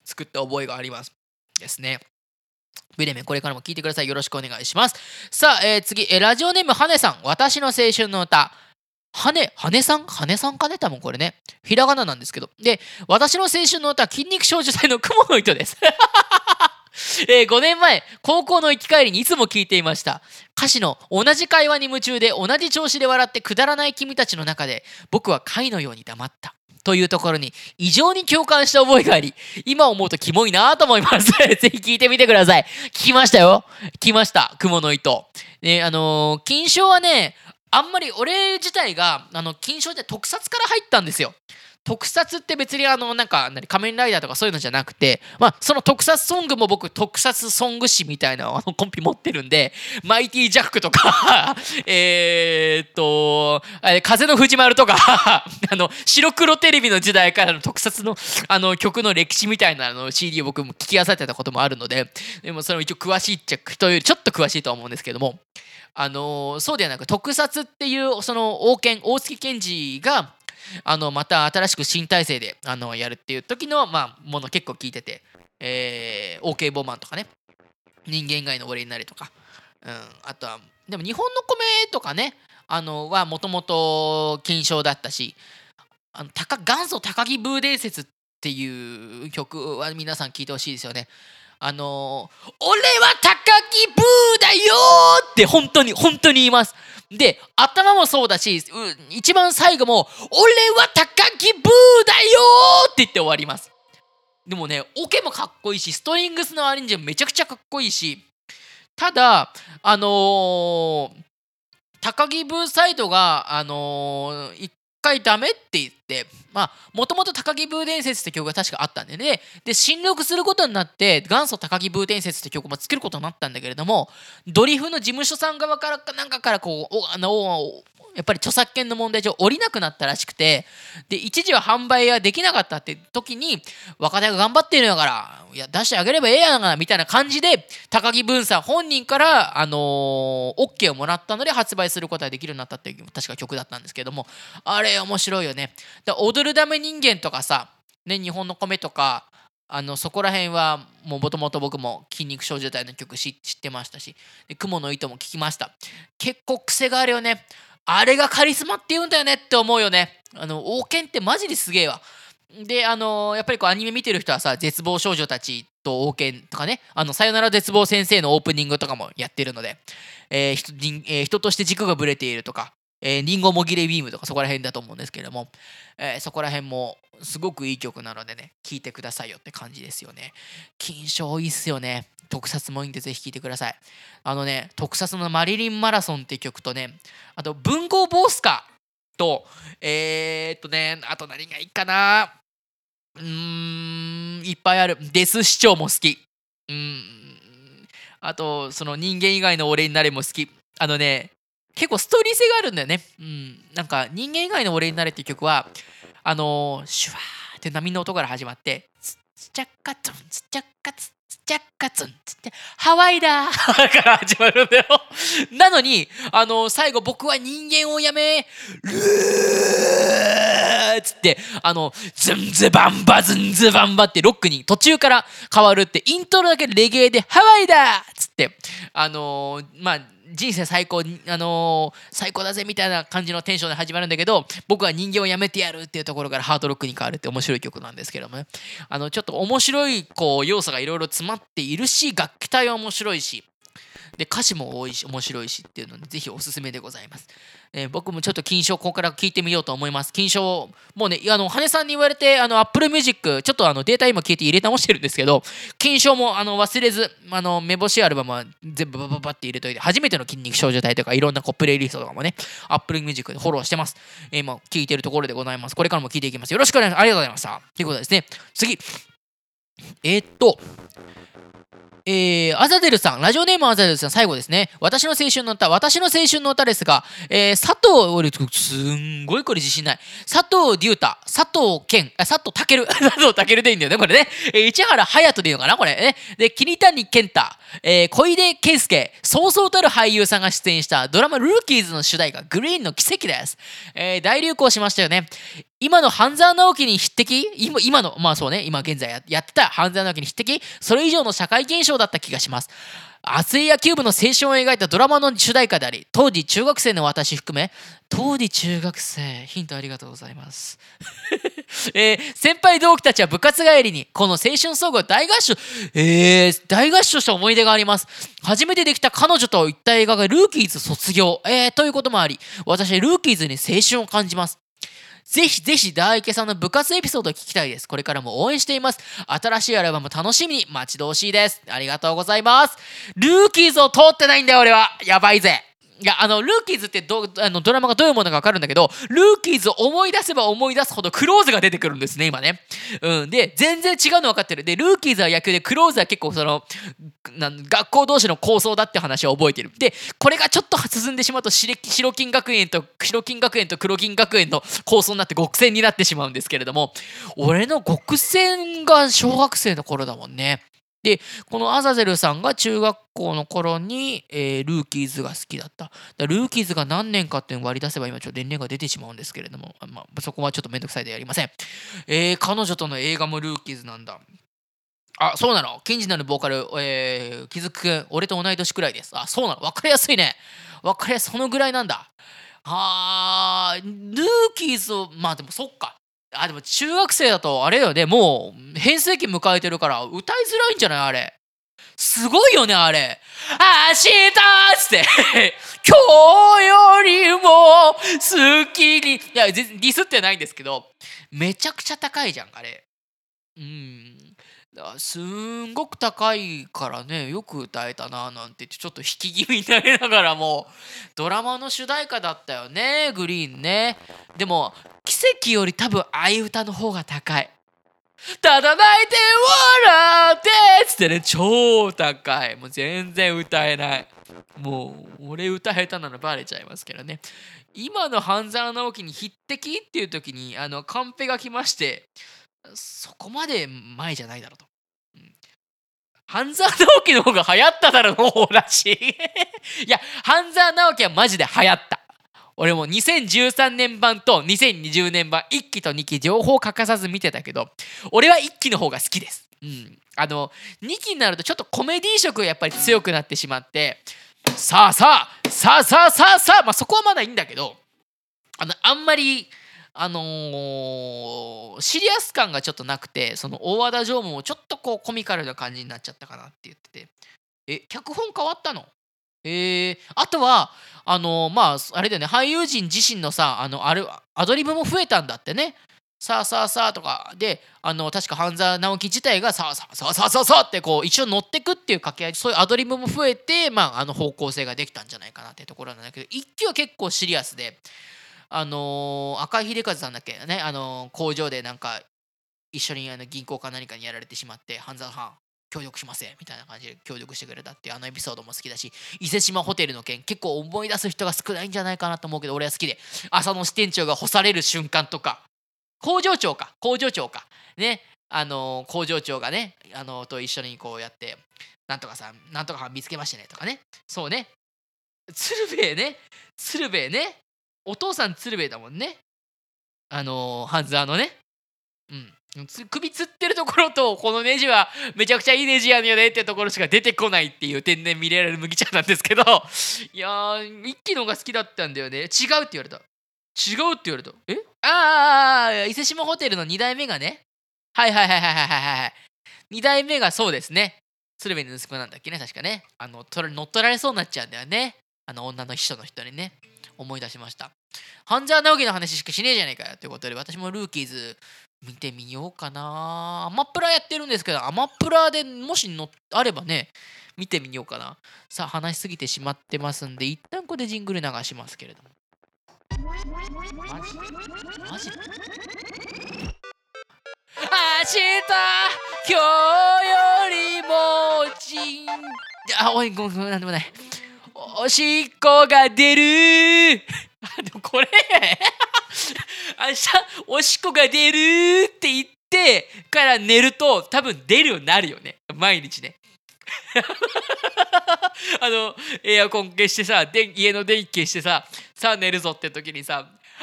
作った覚えがありますですね。ブレメン、これからも聞いてください。よろしくお願いします。さあ、えー、次、えー、ラジオネームはねさん、私の青春の歌。はね、はねさんはねさんかね、多分これね。ひらがななんですけど。で、私の青春の歌、筋肉少女隊の雲の糸です。えー、ごねんまえ、高校の行き帰りにいつも聞いていました。歌詞の同じ会話に夢中で同じ調子で笑ってくだらない君たちの中で僕は貝のように黙ったというところに異常に共感した覚えがあり、今思うとキモいなと思います。ぜひ聞いてみてください。聞きましたよ。聞きました。雲の糸。ね、あのー、金賞はね、あんまり俺自体があの金賞って特撮から入ったんですよ。特撮って別にあのなんか何仮面ライダーとかそういうのじゃなくて、まあその特撮ソングも僕特撮ソング誌みたいなあのコンピ持ってるんで、マイティジャックとかえっと風の藤丸とかあの白黒テレビの時代からの特撮のあの曲の歴史みたいなの シーディー を僕も聞き漁ってたこともあるので、でもそれも一応詳しいっちゃ人よりちょっと詳しいとは思うんですけども、あのそうではなく特撮っていうその王権大月健二があのまた新しく新体制であのやるっていう時の、まあ、もの結構聞いてて、えー、OK ボマンとかね、人間以外の俺になれとか、うん、あとはでも日本の米とかねあのはもともと金賞だったし、あの高元祖高木ブー伝説っていう曲は皆さん聞いてほしいですよね。あのー、俺は高木ブーだよーって本当に本当に言います。で頭もそうだし、一番最後も俺は高木ブーだよーって言って終わります。でもねオケもかっこいいし、ストリングスのアレンジもめちゃくちゃかっこいいし、ただあのー、高木ブーサイドがあのー、一回ダメって言って、まあもともと高木ブー伝説って曲が確かあったんでね、で新録することになって元祖高木ブー伝説って曲も作ることになったんだけれども、ドリフの事務所さん側からかなんかからこうあのやっぱり著作権の問題上降りなくなったらしくて、で一時は販売はできなかったって時に、若手が頑張っているんだからいや出してあげればええやんがみたいな感じで高木ブーさん本人からあのー、OK をもらったので発売することができるようになったっていう確か曲だったんですけども、あれ面白いよね。だ踊るダメ人間とかさ、ね、日本の米とかあのそこら辺はもともと僕も筋肉少女隊の曲知ってましたし、で雲の糸も聞きました。結構癖があるよね。あれがカリスマって言うんだよねって思うよね。あの王権ってマジですげえわ。であのー、やっぱりこうアニメ見てる人はさ、絶望少女たちと王権とかね、あのさよなら絶望先生のオープニングとかもやってるので、えー 人, 人えー、人として軸がぶれているとか、えー、リンゴもぎれビームとかそこら辺だと思うんですけれども、えー、そこら辺もすごくいい曲なのでね、聴いてくださいよって感じですよね。金賞いいっすよね。特撮もいいんでぜひ聴いてください。あのね、特撮のマリリンマラソンって曲とね、あと文豪ボースカと、えー、っとね、あと何がいいかな、うーん、いっぱいある。デス市長も好き。うーん、あとその人間以外の俺になれも好き。あのね、結構ストーリー性があるんだよね。うん、なんか人間以外の俺になれっていう曲はあのー、シュワーって波の音から始まってツッチャッカツンツッチャッカツンツッチャッカツンツッチャハワイだーから始まるんだよ。なのにあのー、最後僕は人間をやめルーっつってあのズンズバンバズンズバンバってロックに途中から変わるって、イントロだけレゲエでハワイだっつってあのー、まあ人生最高、あのー、最高だぜみたいな感じのテンションで始まるんだけど、僕は人間をやめてやるっていうところからハードロックに変わるって面白い曲なんですけどもね、あのちょっと面白いこう要素がいろいろ詰まっているし、楽器体は面白いし、で歌詞も多いし面白いしっていうのでぜひおすすめでございます。えー、僕もちょっと金賞ここから聞いてみようと思います。金賞もうね、あの羽根さんに言われてあの Apple Music ちょっとあのデータ今聞いて入れ直してるんですけど、金賞もあの忘れずあの目星アルバムは全部バババって入れといて、初めての筋肉少女隊とかいろんなこうプレイリストとかもね Apple Music でフォローしてます。えー、今聞いてるところでございます。これからも聞いていきます。よろしくお願いします。ありがとうございました。ということでですね、次えー、っとえー、アザデルさん、ラジオネームアザデルさん、最後ですね。私の青春の歌、私の青春の歌ですが、えー、佐藤、俺、すんごいこれ自信ない。佐藤隆太、佐藤健、あ、佐藤健、佐藤健でいいんだよね、これね。えー、市原隼人でいいのかな、これね。で、桐谷健太、えー、小出圭介、そうそうたる俳優さんが出演したドラマルーキーズの主題歌、グリーンの奇跡です。えー、大流行しましたよね。 今の半沢直樹に匹敵、今今の、まあそうね、今現在 や, やってた半沢直樹に匹敵、それ以上の社会現象だった気がします。熱い野球部の青春を描いたドラマの主題歌であり、当時中学生の私含め、当時中学生、ヒントありがとうございます。えー、先輩同期たちは部活帰りにこの青春ソングを大合唱、えー、大合唱した思い出があります。初めてできた彼女と行った映画がルーキーズ卒業、えー、ということもあり、私はルーキーズに青春を感じます。ぜひぜひ大池さんの部活エピソードを聞きたいです。これからも応援しています。新しいアルバム楽しみに待ち遠しいです。ありがとうございます。ルーキーズを通ってないんだよ俺は。やばいぜ。いや、あのルーキーズってどあのドラマがどういうものか分かるんだけど、ルーキーズを思い出せば思い出すほどクローズが出てくるんですね今ね。うん、で全然違うの分かってる。でルーキーズは野球でクローズは結構そのなん学校同士の構想だって話を覚えてる。でこれがちょっと進んでしまうと白金学園と白金学園と黒金学園の構想になって極戦になってしまうんですけれども、俺の極戦が小学生の頃だもんね。でこのアザゼルさんが中学校の頃に、えー、ルーキーズが好きだった。だルーキーズが何年かっていうのを割り出せば今ちょっと年齢が出てしまうんですけれども、まあ、そこはちょっとめんどくさいでやりません。えー、彼女との映画もルーキーズなんだ。あ、そうなの。金次なるボーカル、えー、気づくくん、俺と同い年くらいです。あ、そうなの。わかりやすいね。わかりやすい。そのぐらいなんだ。はー、ルーキーズを、まあでもそっか。あ、でも中学生だとあれよね、もう変声期迎えてるから歌いづらいんじゃないあれ。すごいよねあれ。明日っつって今日よりも好きに、いやディスってないんですけど、めちゃくちゃ高いじゃんあれ。うん。すんごく高いからね、よく歌えたななんて言ってちょっと引き気味になりながらも、ドラマの主題歌だったよねグリーンね。でも奇跡より多分愛歌の方が高い。ただ泣いて笑ってっつってね、超高い。もう全然歌えない。もう俺歌下手なのバレちゃいますけどね。今の半沢直樹に匹敵っていう時にあのカンペが来まして、そこまで前じゃないだろうと、うん、半沢直樹の方が流行っただろうの方らしいいや半沢直樹はマジで流行った。俺もにせんじゅうさんねん版とにせんにじゅうねん版いっきとにき両方欠かさず見てたけど、俺はいっきの方が好きです。うん、あのにきになるとちょっとコメディ色がやっぱり強くなってしまって、さあさあさあさあさあさあ、まあそこはまだいいんだけど、あのあんまりあのー、シリアス感がちょっとなくて、その大和田常務もちょっとこうコミカルな感じになっちゃったかなって言ってて、え脚本変わったの？えー、あとはあのー、まああれだよね、俳優陣自身のさあのあれアドリブも増えたんだってね。さあさあさあとかで、あの確か半沢直樹自体がさあさあさあさあさあさあってこう一緒に乗ってくっていう掛け合い、そういうアドリブも増えて、まああの方向性ができたんじゃないかなっていうところなんだけど、一期は結構シリアスで、あのー、赤井秀和さんだっけね、あのー、工場でなんか一緒にあの銀行か何かにやられてしまって、半沢さん協力しますみたいな感じで協力してくれたっていうあのエピソードも好きだし、伊勢島ホテルの件結構思い出す人が少ないんじゃないかなと思うけど俺は好きで、浅野支店長が干される瞬間とか、工場長か工場長かね、あのー、工場長がね、あのー、と一緒にこうやってなんとかさんなんとか見つけましたねとかね、そうね、鶴瓶ね鶴瓶ね、お父さん鶴瓶だもんね、あのー、半沢のね、うん、首つってるところとこのネジはめちゃくちゃいいネジやんよねってところしか出てこないっていう天然ミネラル麦茶なんですけど、いやー一期のが好きだったんだよね。違うって言われた。違うって言われた。えああ伊勢島ホテルのにだいめがね、はいはいはいはいはいはいはい、にだいめがそうですね、鶴瓶の息子なんだっけね、確かね、あの乗っ取られそうになっちゃうんだよね、あの女の秘書の人にね。思い出しました。半沢直樹の話しかしねえじゃねえかよということで、私もルーキーズ見てみようかな。アマプラやってるんですけど、アマプラでもしのあればね見てみようかな。さあ話しすぎてしまってますんで、一旦ここでジングル流しますけれども、マジでマジで明日今日よりもちんあおいごめんごめんなんでもない、おしっこが出るあでもこれ明日おしっこが出るって言ってから寝ると多分出るようになるよね、毎日ねあのエアコン消してさ、電家の電気消してさ、さあ寝るぞって時にさ、